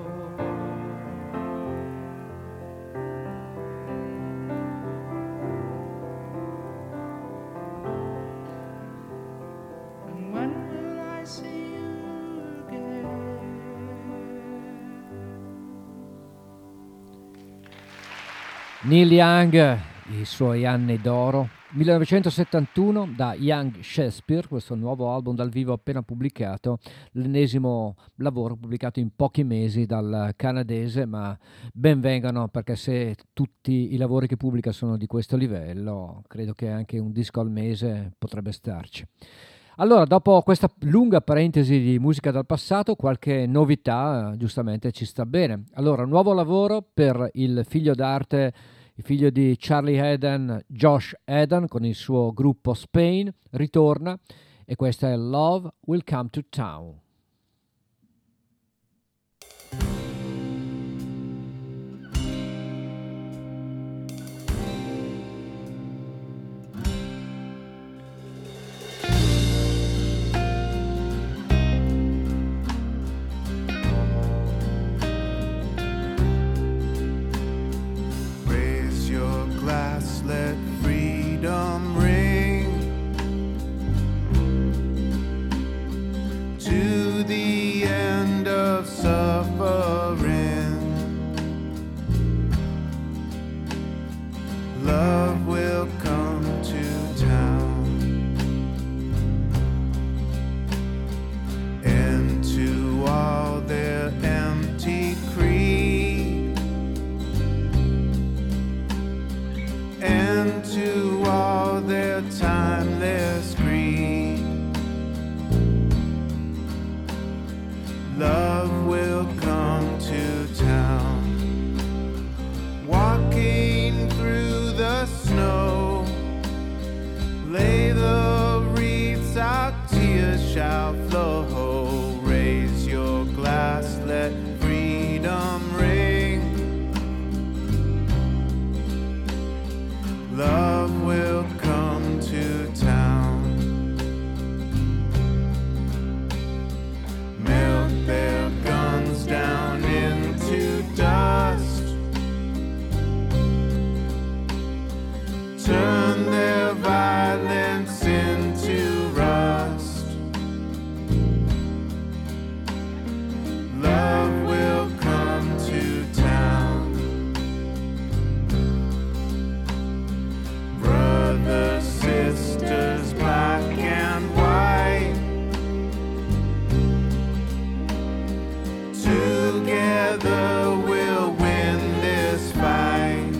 And when will I see you again? Neil Young, i suoi anni d'oro, millenovecentosettantuno, da Young Shakespeare, questo nuovo album dal vivo appena pubblicato, l'ennesimo lavoro pubblicato in pochi mesi dal canadese, ma ben vengano, perché se tutti i lavori che pubblica sono di questo livello, credo che anche un disco al mese potrebbe starci. Allora, dopo questa lunga parentesi di musica dal passato, qualche novità, giustamente ci sta bene. Allora, nuovo lavoro per il figlio d'arte, il figlio di Charlie Haden, Josh Haden, con il suo gruppo Spain, ritorna, e questa è Love Will Come to Town. Let freedom ring to the end of suffering. Love will come to town, and to all their empty creed, and to all their timeless greed, love will come to town. Walking through the snow, lay the wreaths, our tears shall flow. Raise your glass, let freedom ring. Love will come to town. Melt their guns down into dust, turn their violence into rust. Love will come to town. Brothers, sisters, black and white, together we'll win this fight.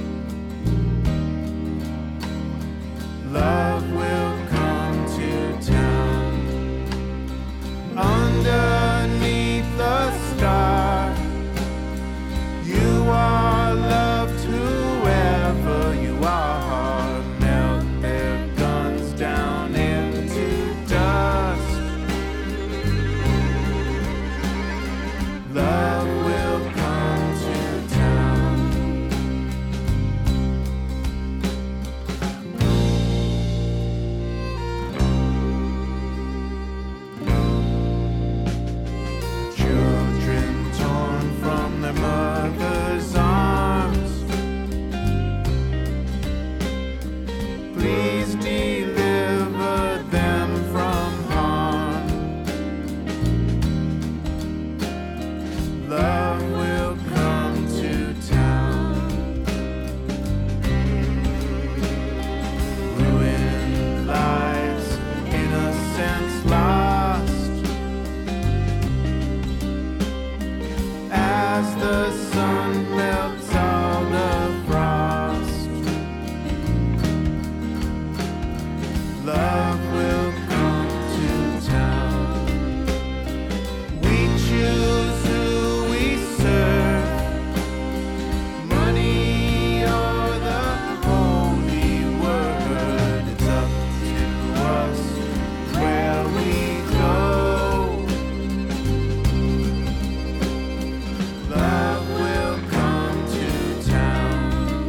Love will come to town. Underneath the star, you are loved, whoever you are. Melt their guns down into dust. Love will as the sun melts all the frost. Love will come to town. We choose who we serve, money or the holy word. It's up to us where we go. Love will come to town.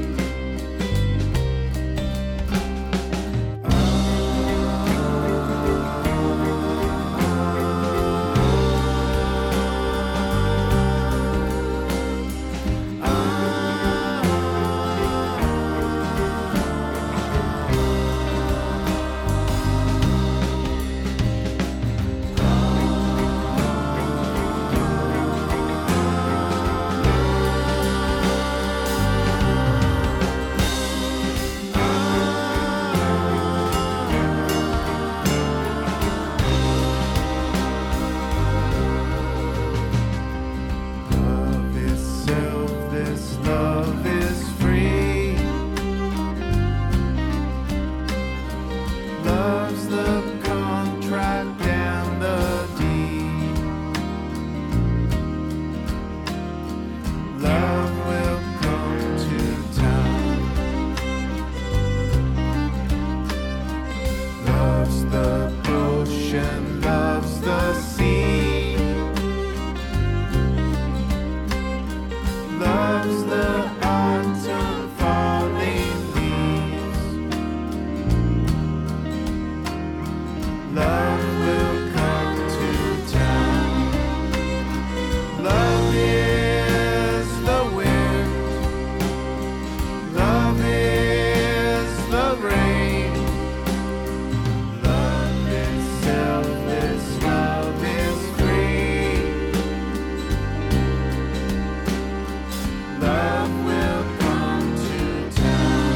Love is selfless, love is free. Love's the contract and the deed. Love will come to town. Love's the ocean, love's the sea. Love's the autumn falling leaves. Love will come to town. Love is the wind. Love is the rain. Love is selfless. Love is free. Love will come to town.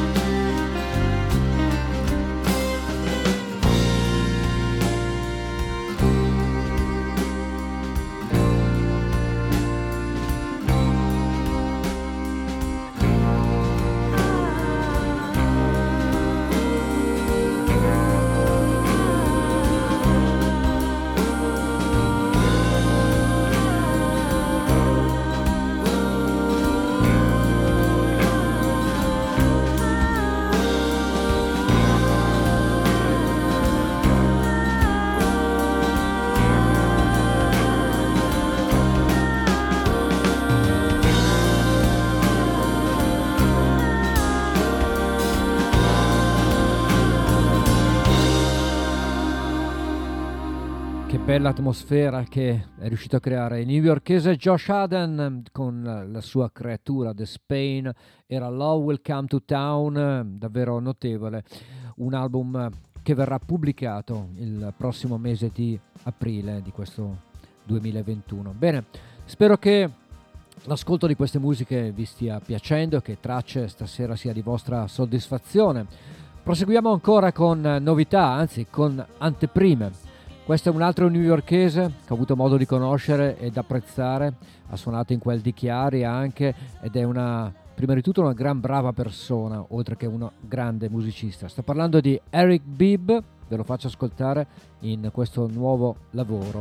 Che bella atmosfera che è riuscito a creare il newyorkese Josh Aden con la sua creatura The Spain. Era Love Will Come to Town, davvero notevole, un album che verrà pubblicato il prossimo mese di aprile di questo duemilaventuno. Bene, spero che l'ascolto di queste musiche vi stia piacendo e che Tracce stasera sia di vostra soddisfazione. Proseguiamo ancora con novità, anzi con anteprime. Questo è un altro newyorkese che ho avuto modo di conoscere ed apprezzare, ha suonato in quel di Chiari anche, ed è una, prima di tutto una gran brava persona, oltre che uno grande musicista. Sto parlando di Eric Bibb, ve lo faccio ascoltare in questo nuovo lavoro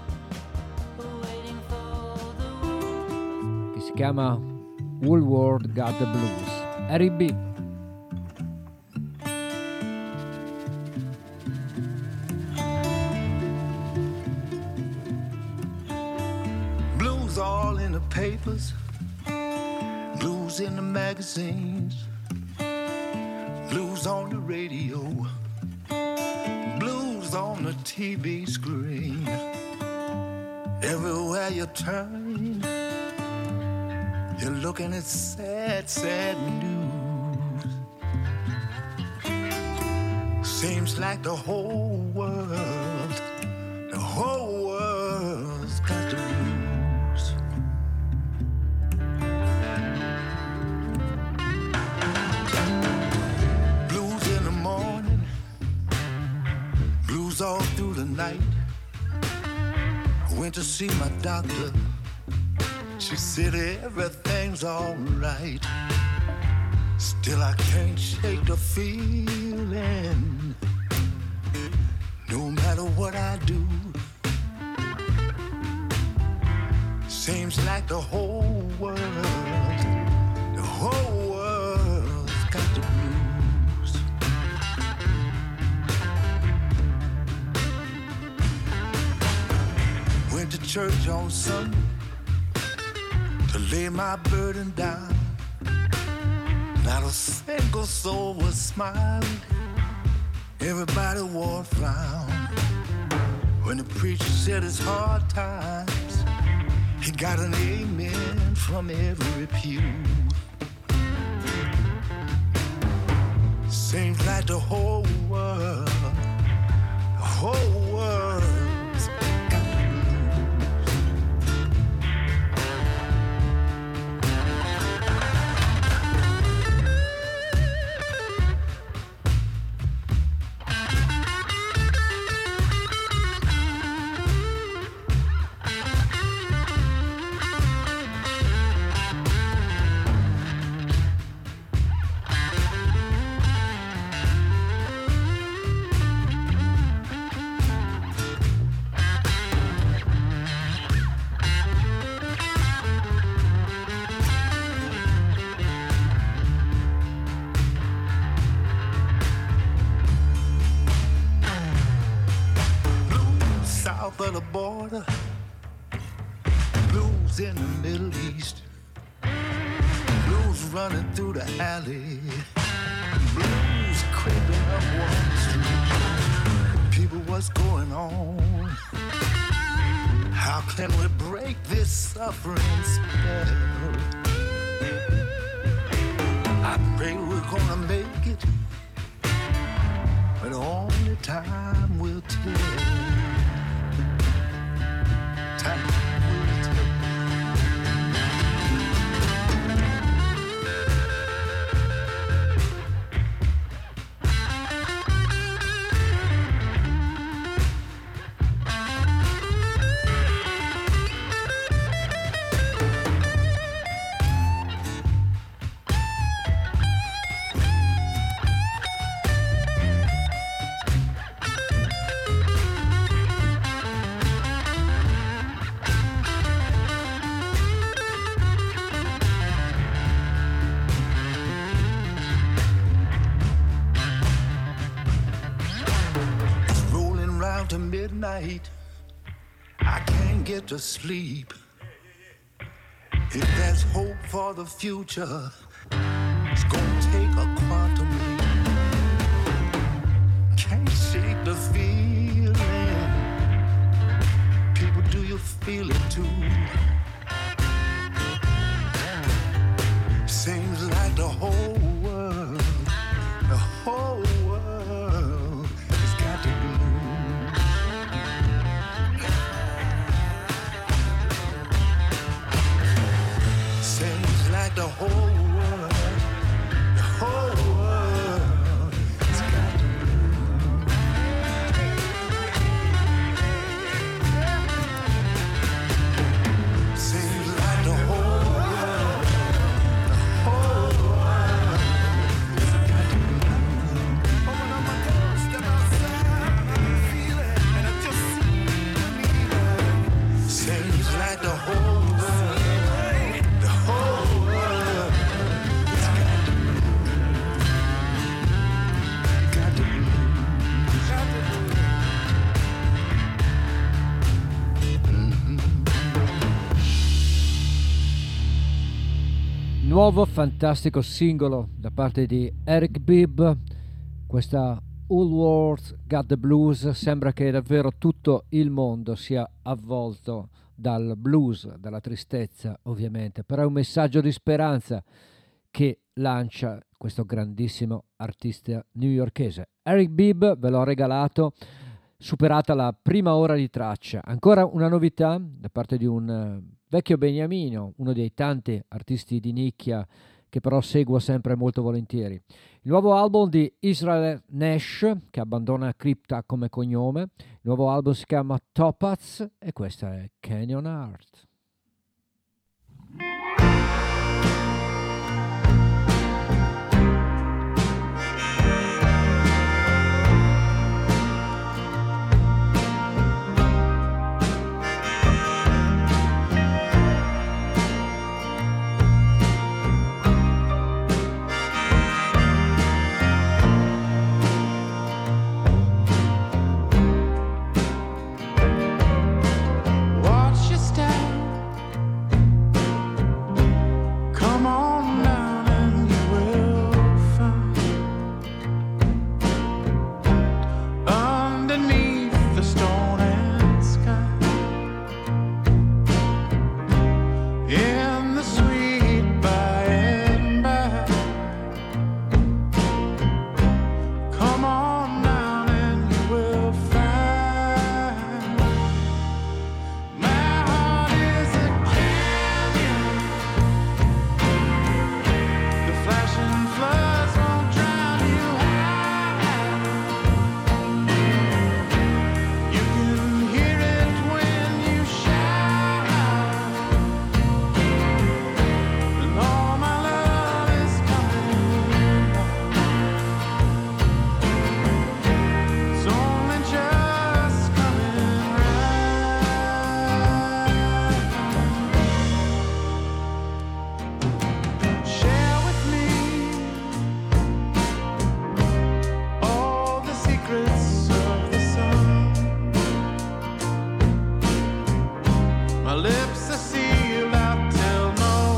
che si chiama Whole World Got the Blues. Eric Bibb. All in the papers, blues in the magazines, blues on the radio, blues on the T V screen. Everywhere you turn, you're looking at sad, sad news. Seems like the whole world, the whole world's got the blues. All through the night, I went to see my doctor She said everything's alright. Still I can't shake the feeling. No matter what I do, seems like the whole world, the whole world's got the blues. Went to church on Sunday to lay my burden down. Not a single soul was smiling. Everybody wore a frown. When the preacher said it's hard times, he got an amen from every pew. Seems like the whole world, the whole world's got the south of the border, blues in the Middle East, blues running through the alley, blues creeping up Wall Street. People, what's going on? How can we break this suffering spell? I pray we're gonna make it, but only time will tell. Time will tell. To midnight, I can't get to sleep. If there's hope for the future, it's gonna take a quantum leap. Can't shake the feeling. People, do you feel it too? Seems like the whole world, the whole world has got to be. The whole world, the whole world has got to move. Seems like the whole world, the whole world has got to move. Open up my door, step outside, I can feel it, and I just need it. Seems like the whole world, the whole nuovo fantastico singolo da parte di Eric Bibb, questa All World's Got the Blues. Sembra che davvero tutto il mondo sia avvolto dal blues, dalla tristezza ovviamente, però è un messaggio di speranza che lancia questo grandissimo artista newyorkese. Eric Bibb ve l'ho regalato, superata la prima ora di traccia. Ancora una novità da parte di un uh, vecchio beniamino, uno dei tanti artisti di nicchia che però seguo sempre molto volentieri. Il nuovo album di Israel Nash, che abbandona Crypta come cognome. Il nuovo album si chiama Topaz e questa è Canyon Art. in the sweet by and by. Come on down and you will find my heart is a canyon. The flashing floods won't drown you out. You can hear it when you shout, and all my love is coming down. It's only just coming round. Share with me all the secrets of the sun. My lips are sealed, I'll tell no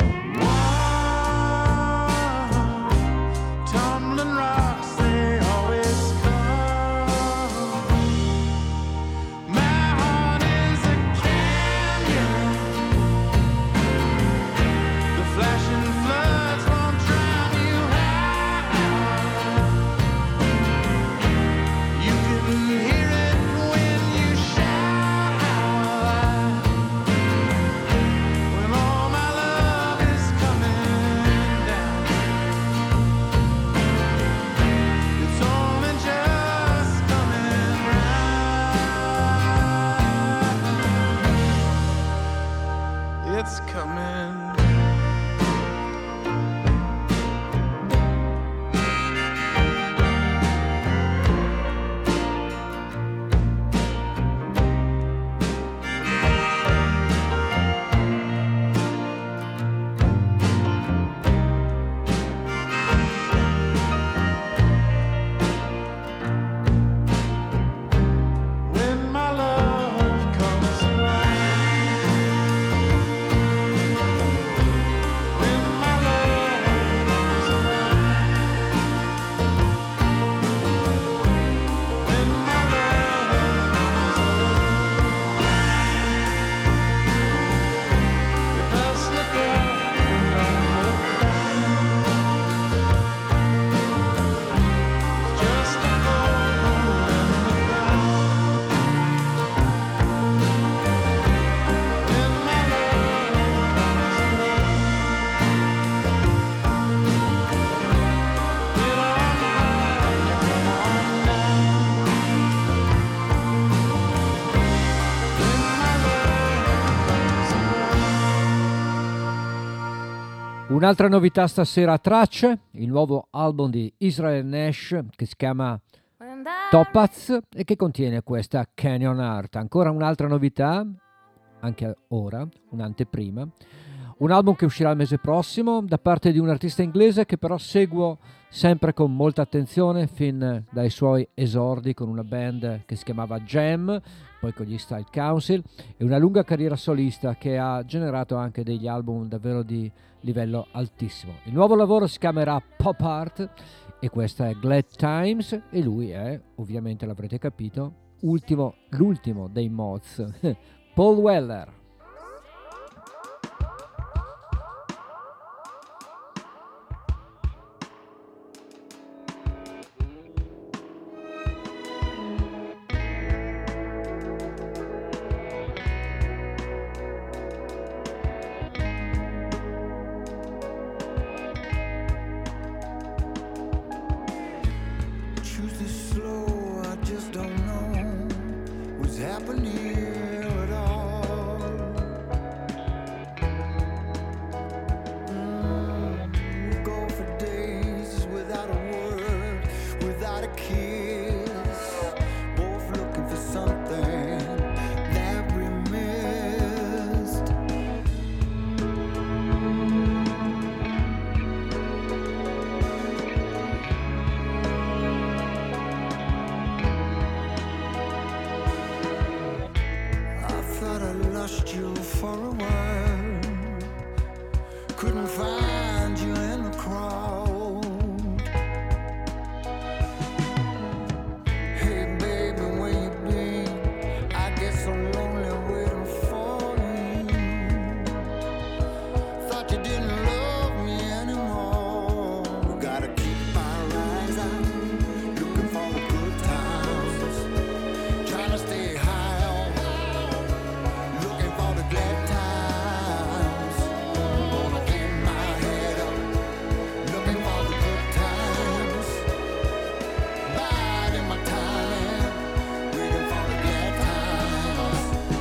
one. Tumbling rocks, they always come. My heart is a canyon. The flashing floods won't drown you out. You can hear it when you shout, when all my love is coming down. It's only just coming round. It's coming. When my love comes around, when my love comes around, when my love comes around, just look up and don't look down. Just a hole in the ground. When my love comes around, get on high and come on down. When my love comes around. Un'altra novità stasera, Tracce, il nuovo album di Israel Nash che si chiama Topaz e che contiene questa Canyon Art. Ancora un'altra novità, anche ora, un'anteprima, un album che uscirà il mese prossimo da parte di un artista inglese che però seguo sempre con molta attenzione fin dai suoi esordi con una band che si chiamava Jam, poi con gli Style Council, e una lunga carriera solista che ha generato anche degli album davvero di livello altissimo. Il nuovo lavoro si chiamerà Pop Art e questa è Glad Times e lui è, ovviamente l'avrete capito, ultimo, l'ultimo dei Mods, Paul Weller. Truth is slow, I just don't know what's happening at all. you didn't love me anymore. Gotta keep my eyes on, looking for the good times, trying to stay high on, looking for the glad times. Gonna keep my head up, looking for the good times, biding my time, waiting for the glad times.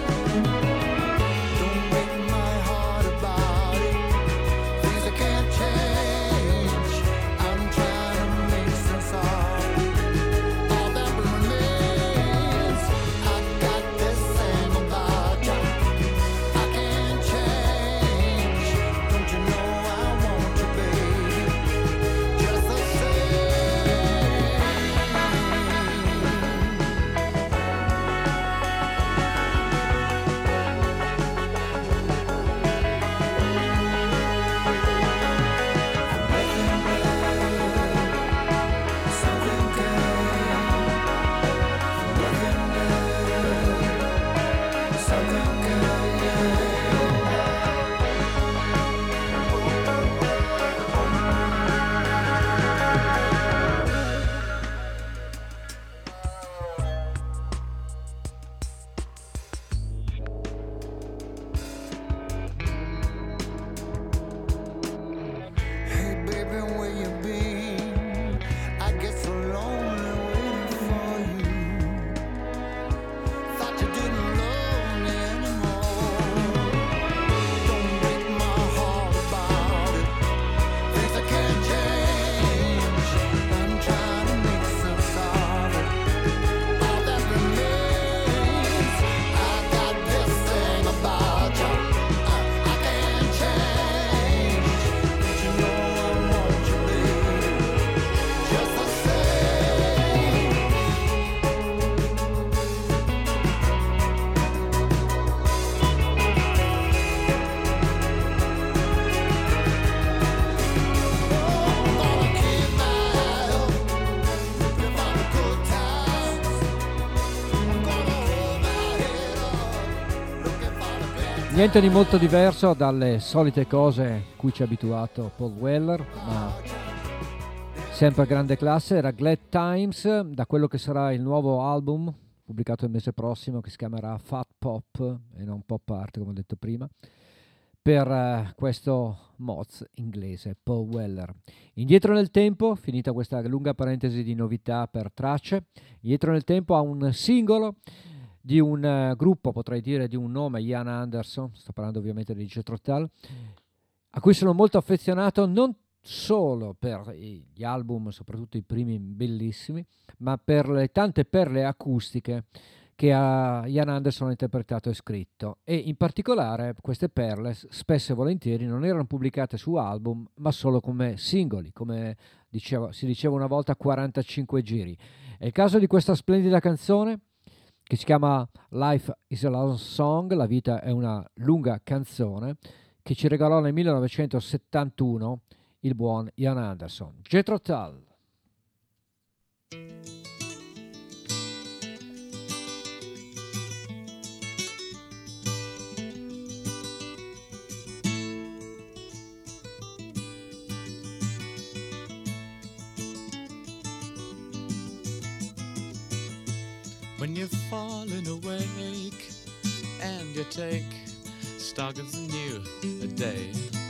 Don't break my heart about it, things I can't change. I'm trying to make sense of all that remains. I got this thing about you I can't change. Don't you know I want you, baby, just the same. Something good, something good, hey baby, where you been? I get so lonely waiting for you. Thought you didn't love me anymore. Don't break my heart about it, things I can't change. I'm trying to make sense of it, all that remains. I got this thing about you I, I can't change. Don't you know I want you, baby, just the same. Gonna keep my eye up, looking for the good times. I'm gonna hold my head up, looking for the glad Niente di molto diverso dalle solite cose cui ci ha abituato Paul Weller, ma sempre grande classe. Era Glad Times, da quello che sarà il nuovo album pubblicato il mese prossimo, che si chiamerà Fat Pop e non Pop Art come ho detto prima, per eh, questo Moz inglese Paul Weller. Indietro nel tempo, finita questa lunga parentesi di novità per tracce, indietro nel tempo a un singolo di un eh, gruppo, potrei dire di un nome, Ian Anderson, sto parlando ovviamente di Jethro Tull, a cui sono molto affezionato non solo per i- gli album, soprattutto i primi bellissimi, ma per le tante perle acustiche che ha Ian Anderson ha interpretato e scritto, e in particolare queste perle s- spesso e volentieri non erano pubblicate su album ma solo come singoli, come diceva- si diceva una volta, quarantacinque giri. È il caso di questa splendida canzone che si chiama Life is a Long Song, la vita è una lunga canzone, che ci regalò nel millenovecentosettantuno il buon Ian Anderson. Jethro Tull. When you've fallen awake and you take stock of the new day,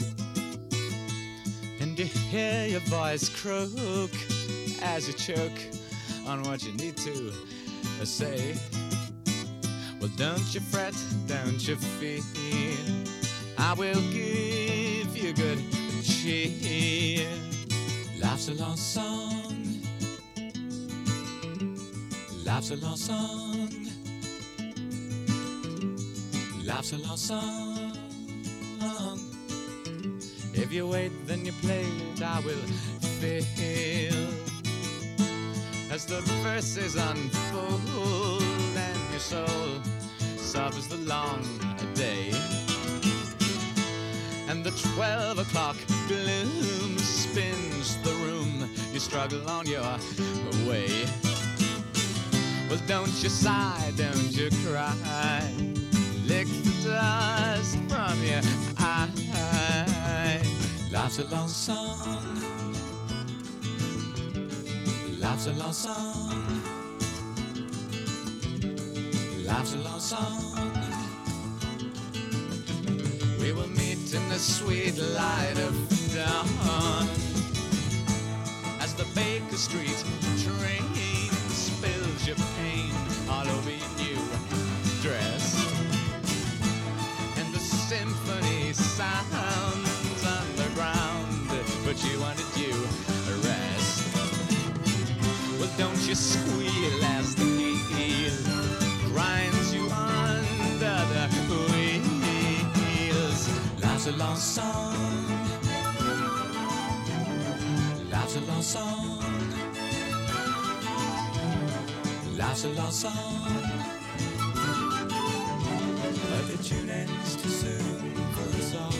and you hear your voice croak as you choke on what you need to say, well, don't you fret, don't you fear, I will give you good cheer. Life's a long song, life's a long song, life's a long song. If you wait, then you play it, I will feel as the verses unfold and your soul suffers the long day, and the twelve o'clock gloom spins the room, you struggle on your way. Well, don't you sigh, don't you cry, lick the dust from your eyes. Life's a long song. Life's a long song. Life's a long song. We will meet in the sweet light of dawn as the Baker Street train spills your pain all over your new dress, and the symphony sounds underground, but you wanted you a rest. Well, don't you squeal as the heel grinds you under the wheels. Life's a long song. Life's a long song. Life's a long song. But the tune ends too soon for us all.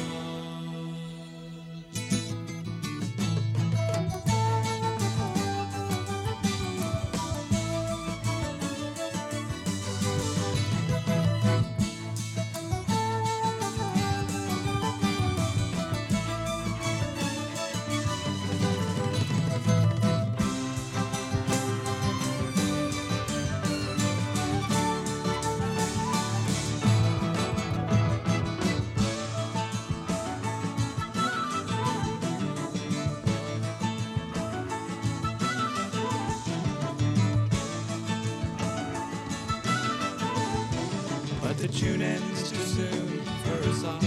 The tune ends too soon for us all.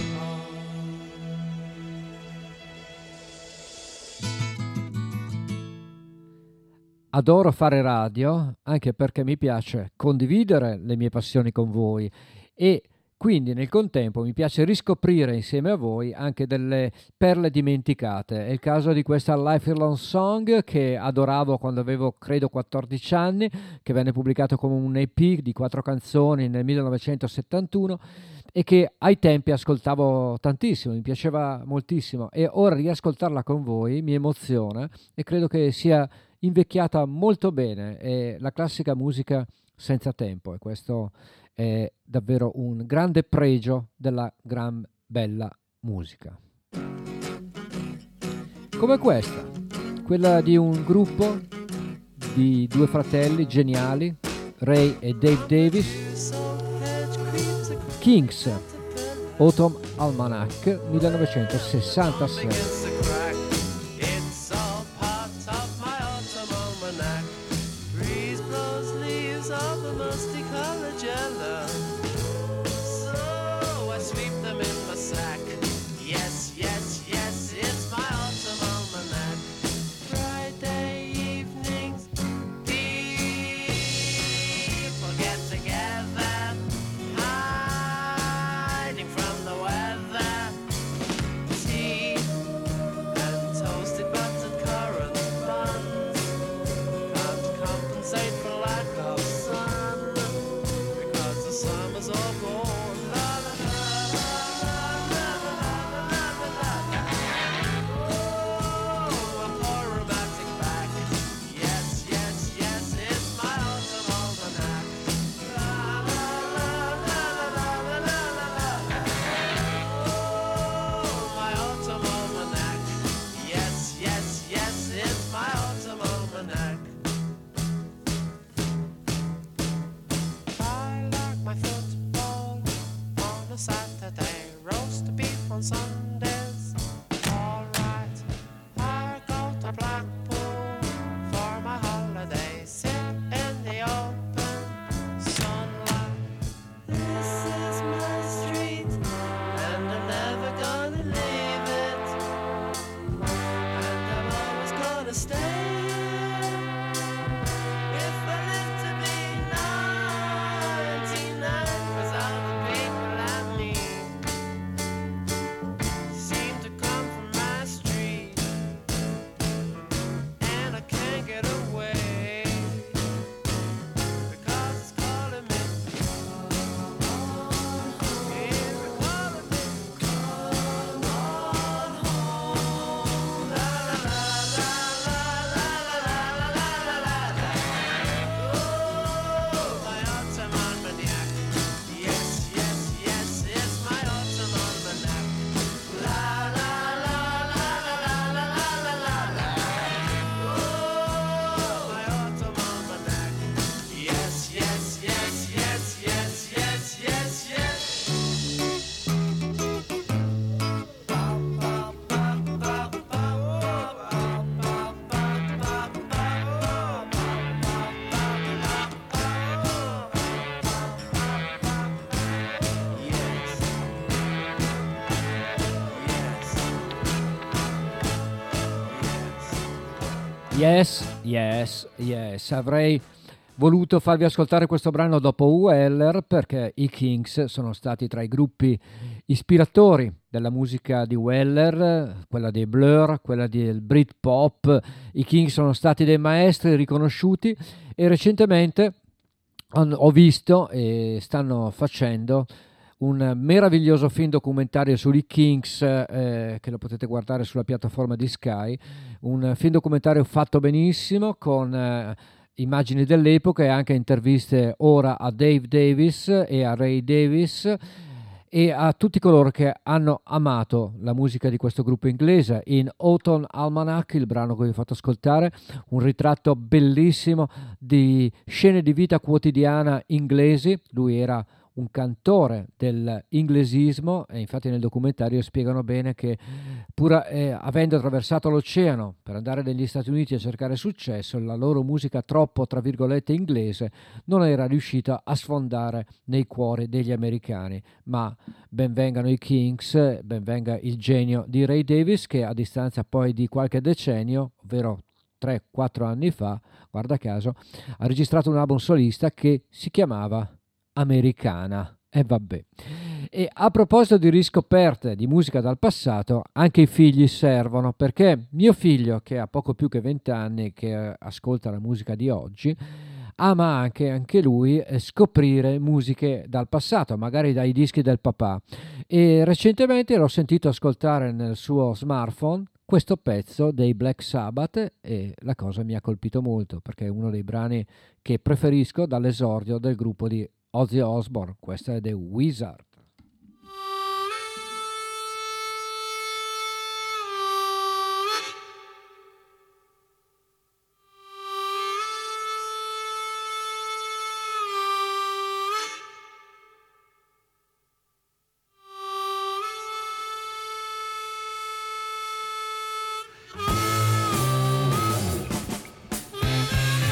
Adoro fare radio anche perché mi piace condividere le mie passioni con voi e quindi nel contempo mi piace riscoprire insieme a voi anche delle perle dimenticate. È il caso di questa Lifelong Song che adoravo quando avevo credo quattordici anni, che venne pubblicato come un E P di quattro canzoni nel millenovecentosettantuno e che ai tempi ascoltavo tantissimo, mi piaceva moltissimo, e ora riascoltarla con voi mi emoziona e credo che sia invecchiata molto bene. È la classica musica senza tempo e questo è davvero un grande pregio della gran bella musica. Come questa, quella di un gruppo di due fratelli geniali, Ray e Dave Davis, Kings, Autumn Almanac millenovecentosessantasei. Yes, yes, yes. Avrei voluto farvi ascoltare questo brano dopo Weller perché i Kinks sono stati tra i gruppi ispiratori della musica di Weller, quella dei Blur, quella del Britpop. I Kinks sono stati dei maestri riconosciuti e recentemente ho visto e stanno facendo un meraviglioso film documentario sugli Kinks eh, che lo potete guardare sulla piattaforma di Sky, un film documentario fatto benissimo con eh, immagini dell'epoca e anche interviste ora a Dave Davis e a Ray Davis e a tutti coloro che hanno amato la musica di questo gruppo inglese. In Autumn Almanac, il brano che vi ho fatto ascoltare, un ritratto bellissimo di scene di vita quotidiana inglesi. Lui era un cantore dell'inglesismo e infatti nel documentario spiegano bene che pur eh, avendo attraversato l'oceano per andare negli Stati Uniti a cercare successo, la loro musica troppo tra virgolette inglese non era riuscita a sfondare nei cuori degli americani. Ma benvengano i Kinks, benvenga il genio di Ray Davis che a distanza poi di qualche decennio, ovvero tre quattro anni fa, guarda caso, ha registrato un album solista che si chiamava Americana. E vabbè. E a proposito di riscoperte di musica dal passato, anche i figli servono, perché mio figlio, che ha poco più che venti anni, che ascolta la musica di oggi, ama anche, anche lui scoprire musiche dal passato, magari dai dischi del papà. E recentemente l'ho sentito ascoltare nel suo smartphone questo pezzo dei Black Sabbath e la cosa mi ha colpito molto, perché è uno dei brani che preferisco dall'esordio del gruppo di Ozzy Osbourne. Questa è The Wizard.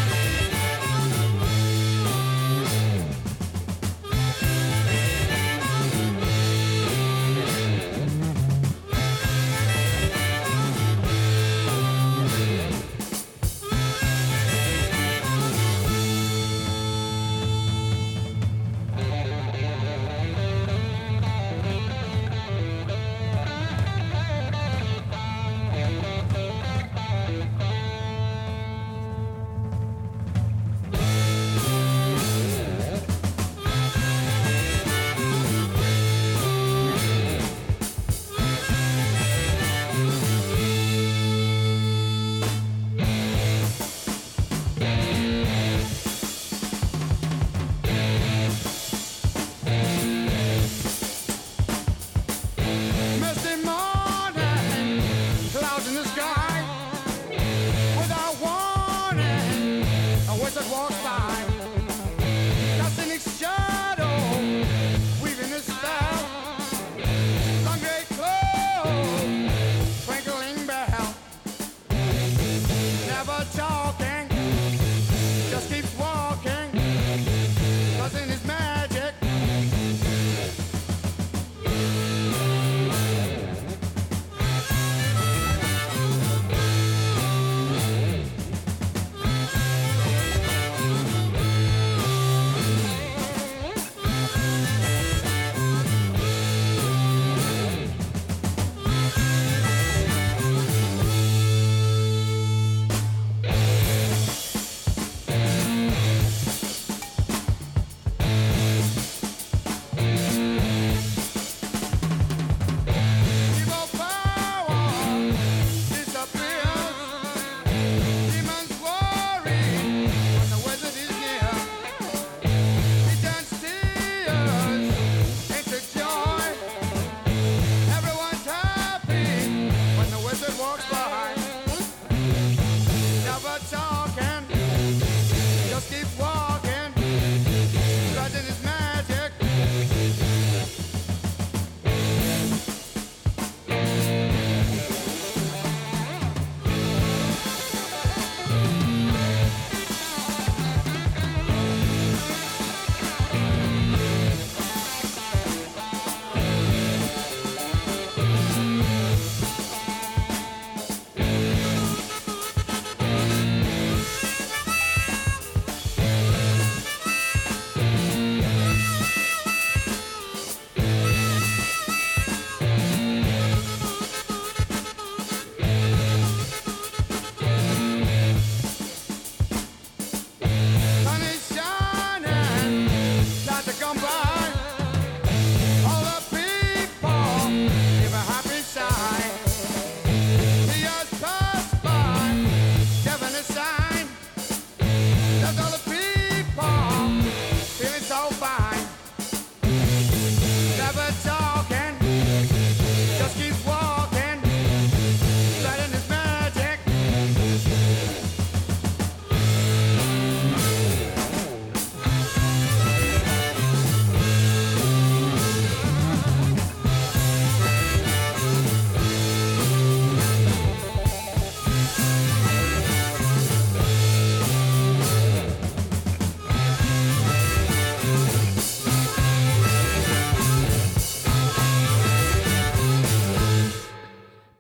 Thank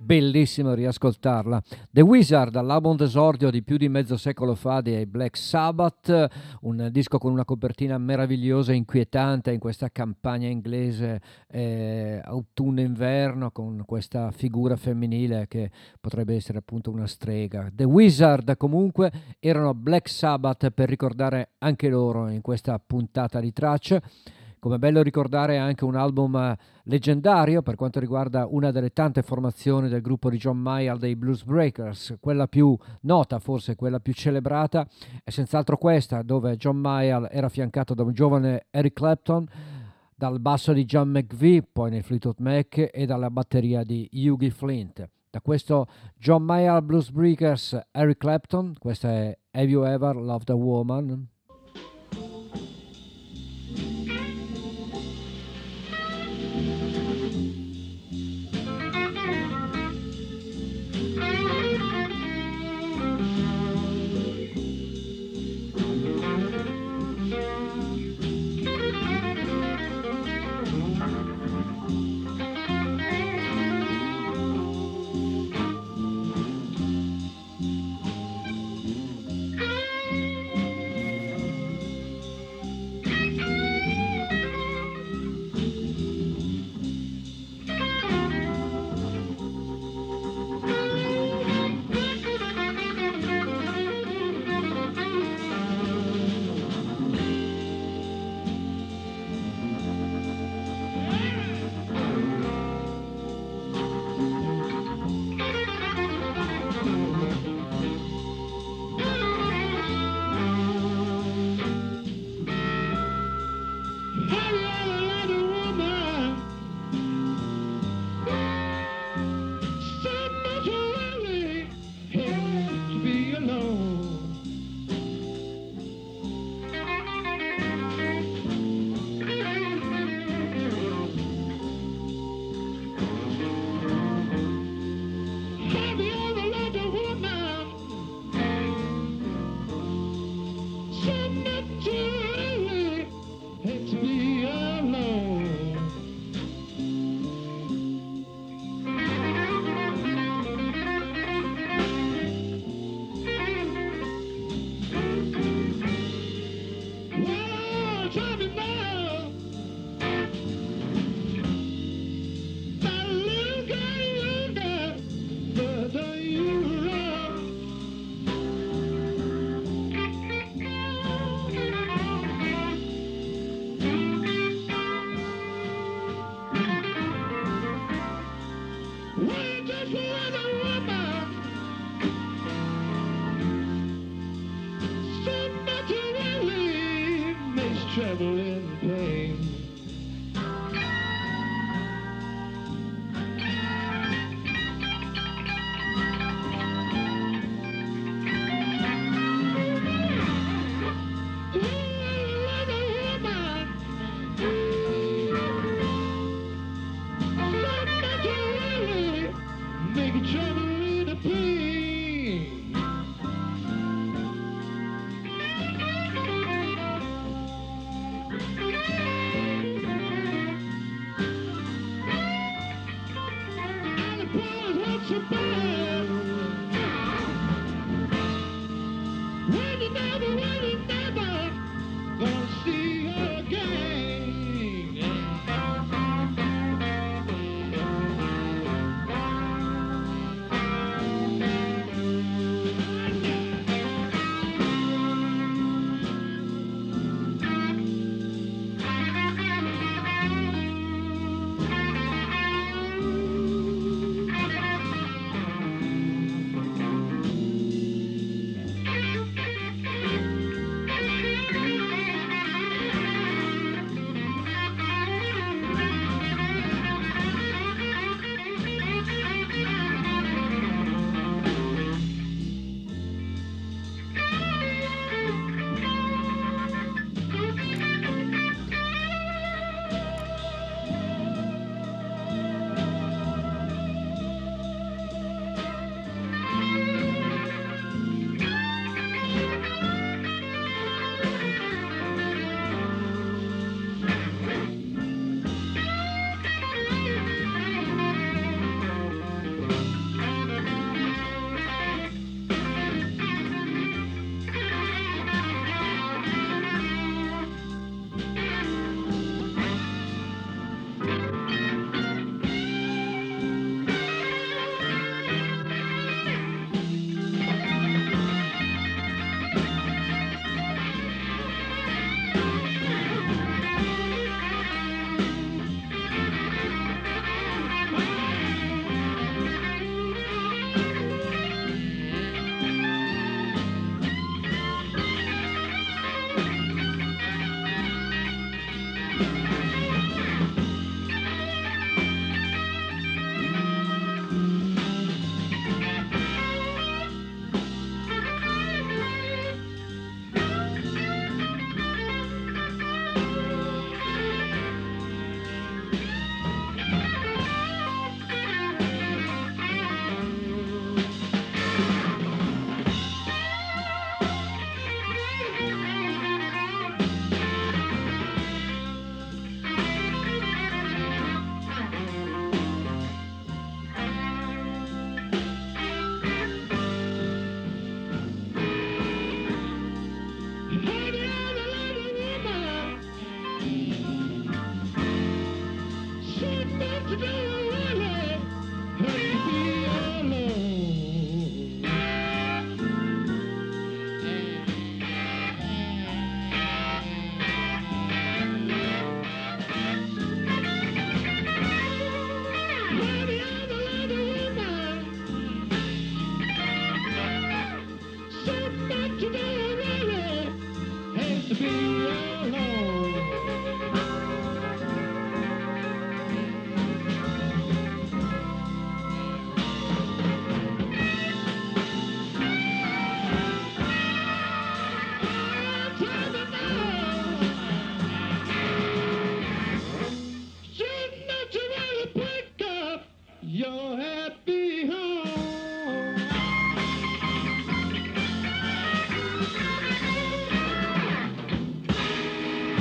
bellissimo riascoltarla. The Wizard, l'album d'esordio di più di mezzo secolo fa dei Black Sabbath, un disco con una copertina meravigliosa e inquietante in questa campagna inglese eh, autunno-inverno, con questa figura femminile che potrebbe essere appunto una strega. The Wizard comunque erano Black Sabbath, per ricordare anche loro in questa puntata di Tracce. Come è bello ricordare anche un album leggendario per quanto riguarda una delle tante formazioni del gruppo di John Mayall dei Blues Breakers. Quella più nota, forse quella più celebrata, è senz'altro questa, dove John Mayall era affiancato da un giovane Eric Clapton, dal basso di John McVie, poi nei Fleetwood Mac, e dalla batteria di Hughie Flint. Da questo John Mayall Blues Breakers, Eric Clapton, questa è Have You Ever Loved a Woman?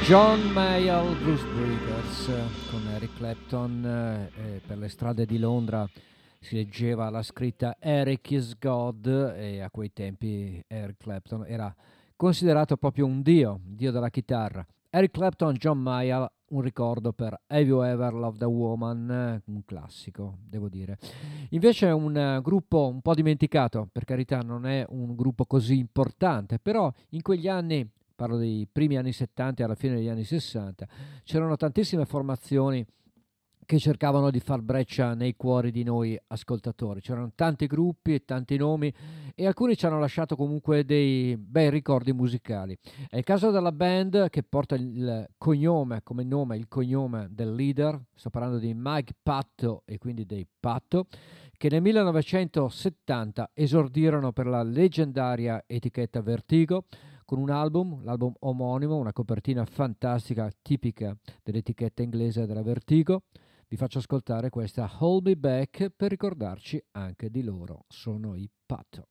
John Mayall Blues Breakers con Eric Clapton. Eh, per le strade di Londra si leggeva la scritta Eric is God, e a quei tempi Eric Clapton era considerato proprio un dio, dio della chitarra. Eric Clapton, John Mayall, un ricordo per Have You Ever Loved a Woman, un classico, devo dire. Invece è un uh, gruppo un po' dimenticato, per carità non è un gruppo così importante, però in quegli anni, parlo dei primi anni settanta e alla fine degli anni sessanta, c'erano tantissime formazioni che cercavano di far breccia nei cuori di noi ascoltatori. C'erano tanti gruppi e tanti nomi, e alcuni ci hanno lasciato comunque dei bei ricordi musicali. È il caso della band che porta il cognome, come nome, il cognome del leader. Sto parlando di Mike Patto e quindi dei Patto, che nel millenovecentosettanta esordirono per la leggendaria etichetta Vertigo con un album, l'album omonimo, una copertina fantastica tipica dell'etichetta inglese della Vertigo. Vi faccio ascoltare questa Hold Me Back per ricordarci anche di loro. Sono i Patto.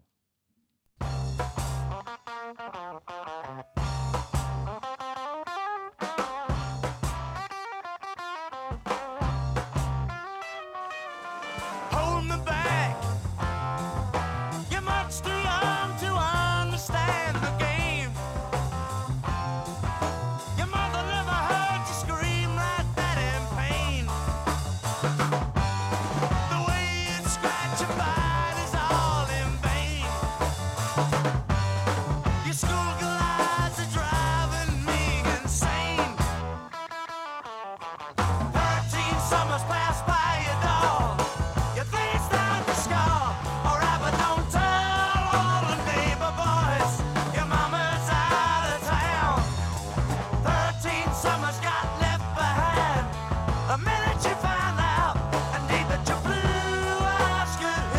Hold me back. You're much too young to understand the game. Your mother never heard you scream like that in pain. The way you scratch your bite is all in vain. Your schoolgirl eyes are driving me insane. Thirteen summers pass by your door. You think it's time to score. Alright, but don't tell all the neighbor boys your mama's out of town. Thirteen summers got left behind the minute you find out, and deep at your blue eyes could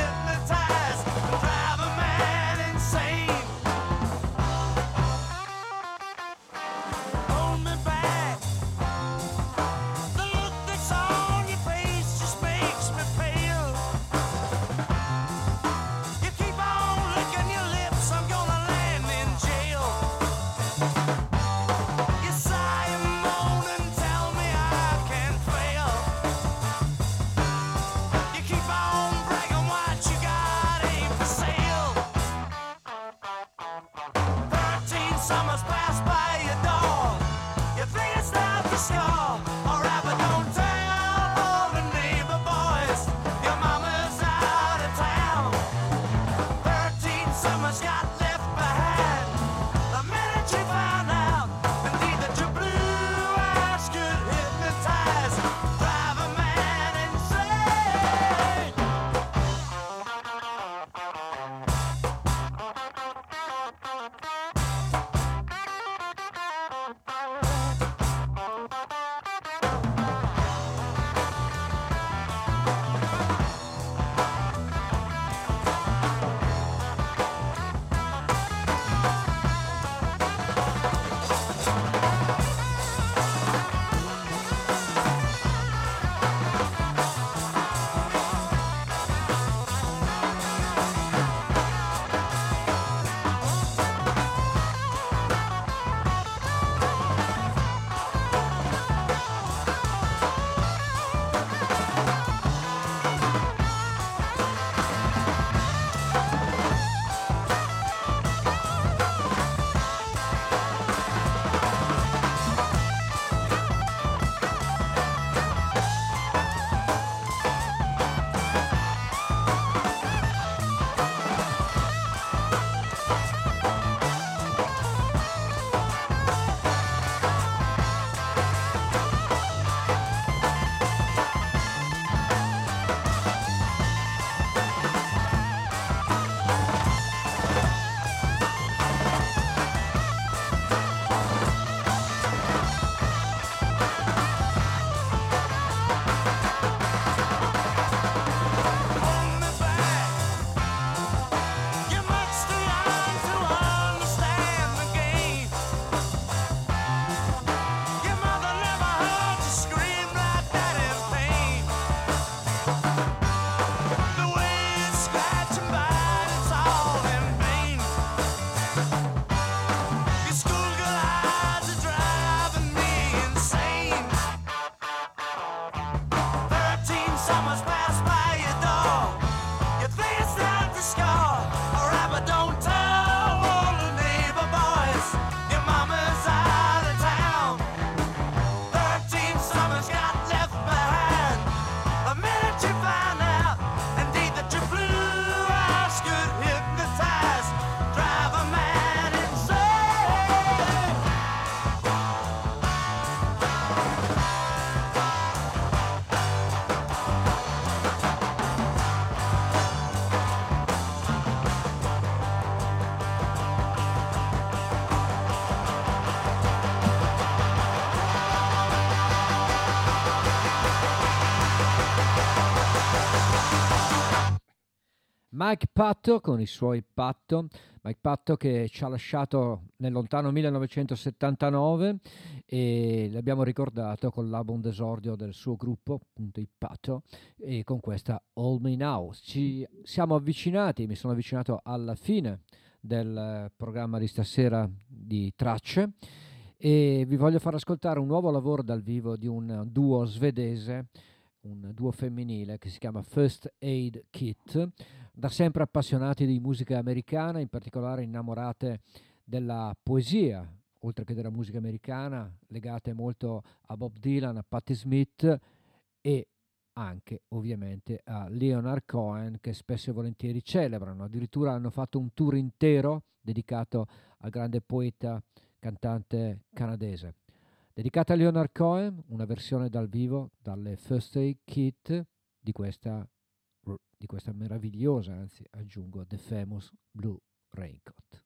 Mike Patton con i suoi Patton, Mike Patton che ci ha lasciato nel lontano millenovecentosettantanove e l'abbiamo ricordato con l'album d'esordio del suo gruppo, appunto i Patton, e con questa Hold Me Now. Ci siamo avvicinati, mi sono avvicinato alla fine del programma di stasera di Tracce e vi voglio far ascoltare un nuovo lavoro dal vivo di un duo svedese, un duo femminile che si chiama First Aid Kit, da sempre appassionati di musica americana, in particolare innamorate della poesia, oltre che della musica americana, legate molto a Bob Dylan, a Patti Smith e anche ovviamente a Leonard Cohen, che spesso e volentieri celebrano. Addirittura hanno fatto un tour intero dedicato al grande poeta, cantante canadese. Dedicata a Leonard Cohen, una versione dal vivo dalle First Aid Kit di questa, di questa meravigliosa, anzi aggiungo, The Famous Blue Raincoat.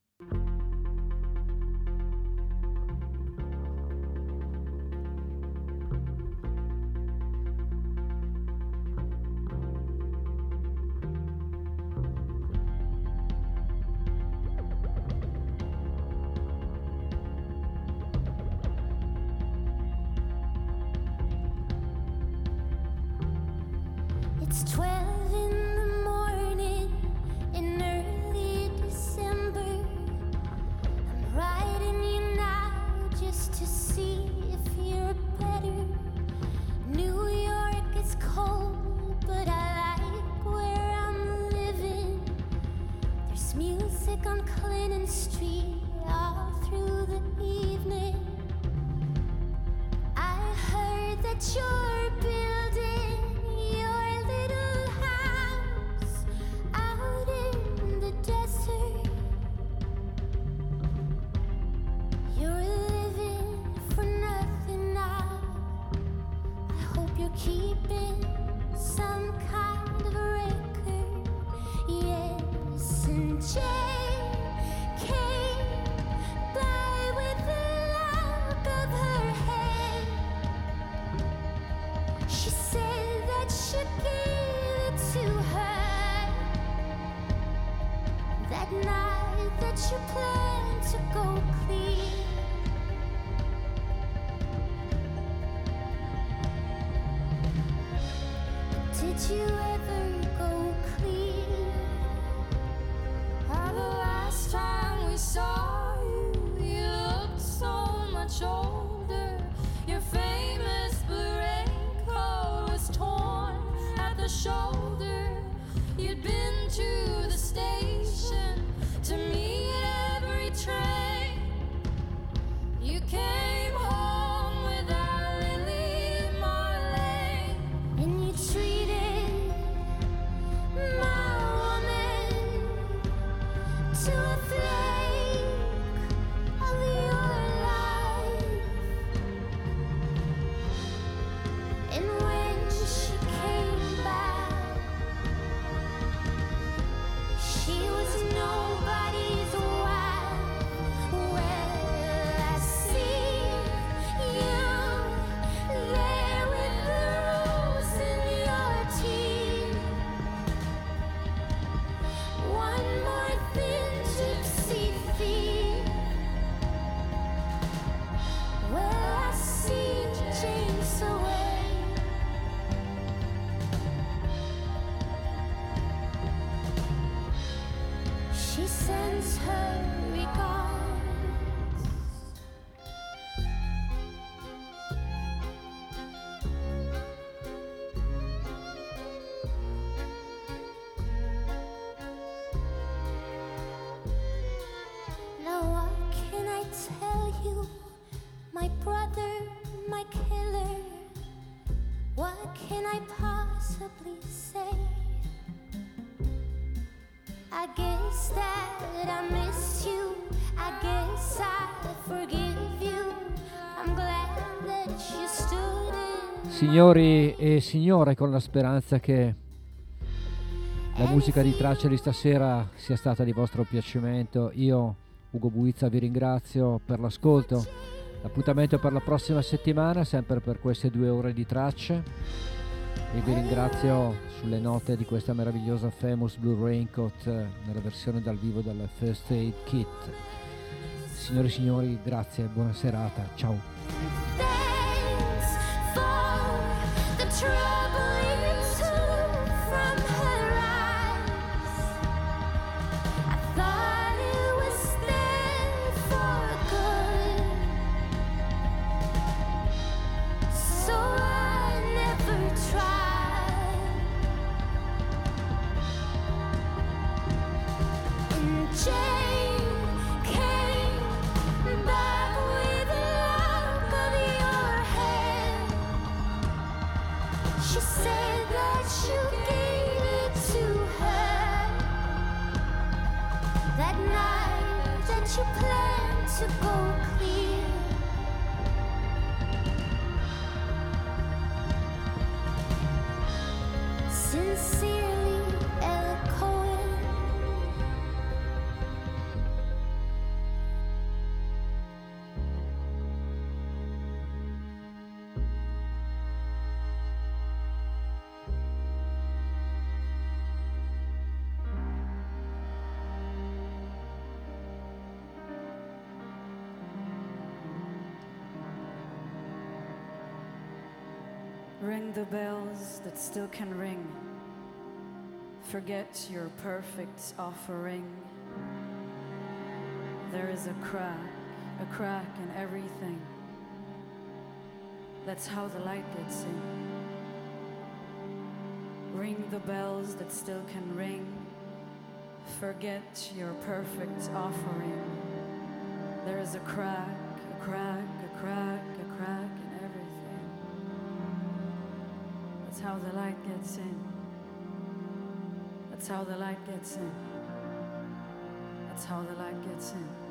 It's twelve in the morning in early December. I'm writing you now just to see if you're better. New York is cold, but I like where I'm living. There's music on Clinton Street all through the evening. I heard that you're building your little house out in the desert. You're living for nothing now. I hope you're keeping some kind of record. Yes, and Jane came by with the lock of her hair. She said that you gave it to her that night that you planned to go clean. Did you ever go clean? Ah, the last time we saw you, you looked so much older. Your famous blue raincoat was torn at the shoulder. You'd been to the station to meet every train. You came home without Lily Marlene, And you treated my woman to a flake of your life. And when she came back, she was nobody's wife. Well, I see you there with the rose in your teeth. One more thin gypsy thief. Well, I see James away. She sends her regards. Now what can I tell you, my brother, my killer? What can I possibly say? I guess that I miss you. I guess I forgive you. I'm glad that you stood in. Signori e signore, con la speranza che la musica di Tracce di stasera sia stata di vostro piacimento, io, Ugo Buizza, vi ringrazio per l'ascolto. L'appuntamento per la prossima settimana, sempre per queste due ore di Tracce. E vi ringrazio sulle note di questa meravigliosa Famous Blue Raincoat eh, nella versione dal vivo del First Aid Kit. Signore e signori, grazie, buona serata, ciao. Thanks for the trouble you took from her eyes. I thought it was there for good, so I never tried. And Jane came back with a lock of your hair. She said that you gave it to her that night that you planned to go clear. Sincerely, Ella Cohen. Ring the bells that still can ring. Forget your perfect offering. There is a crack, a crack in everything. That's how the light gets in. Ring the bells that still can ring. Forget your perfect offering. There is a crack, a crack, a crack, a crack in everything. That's how the light gets in. That's how the light gets in. That's how the light gets in.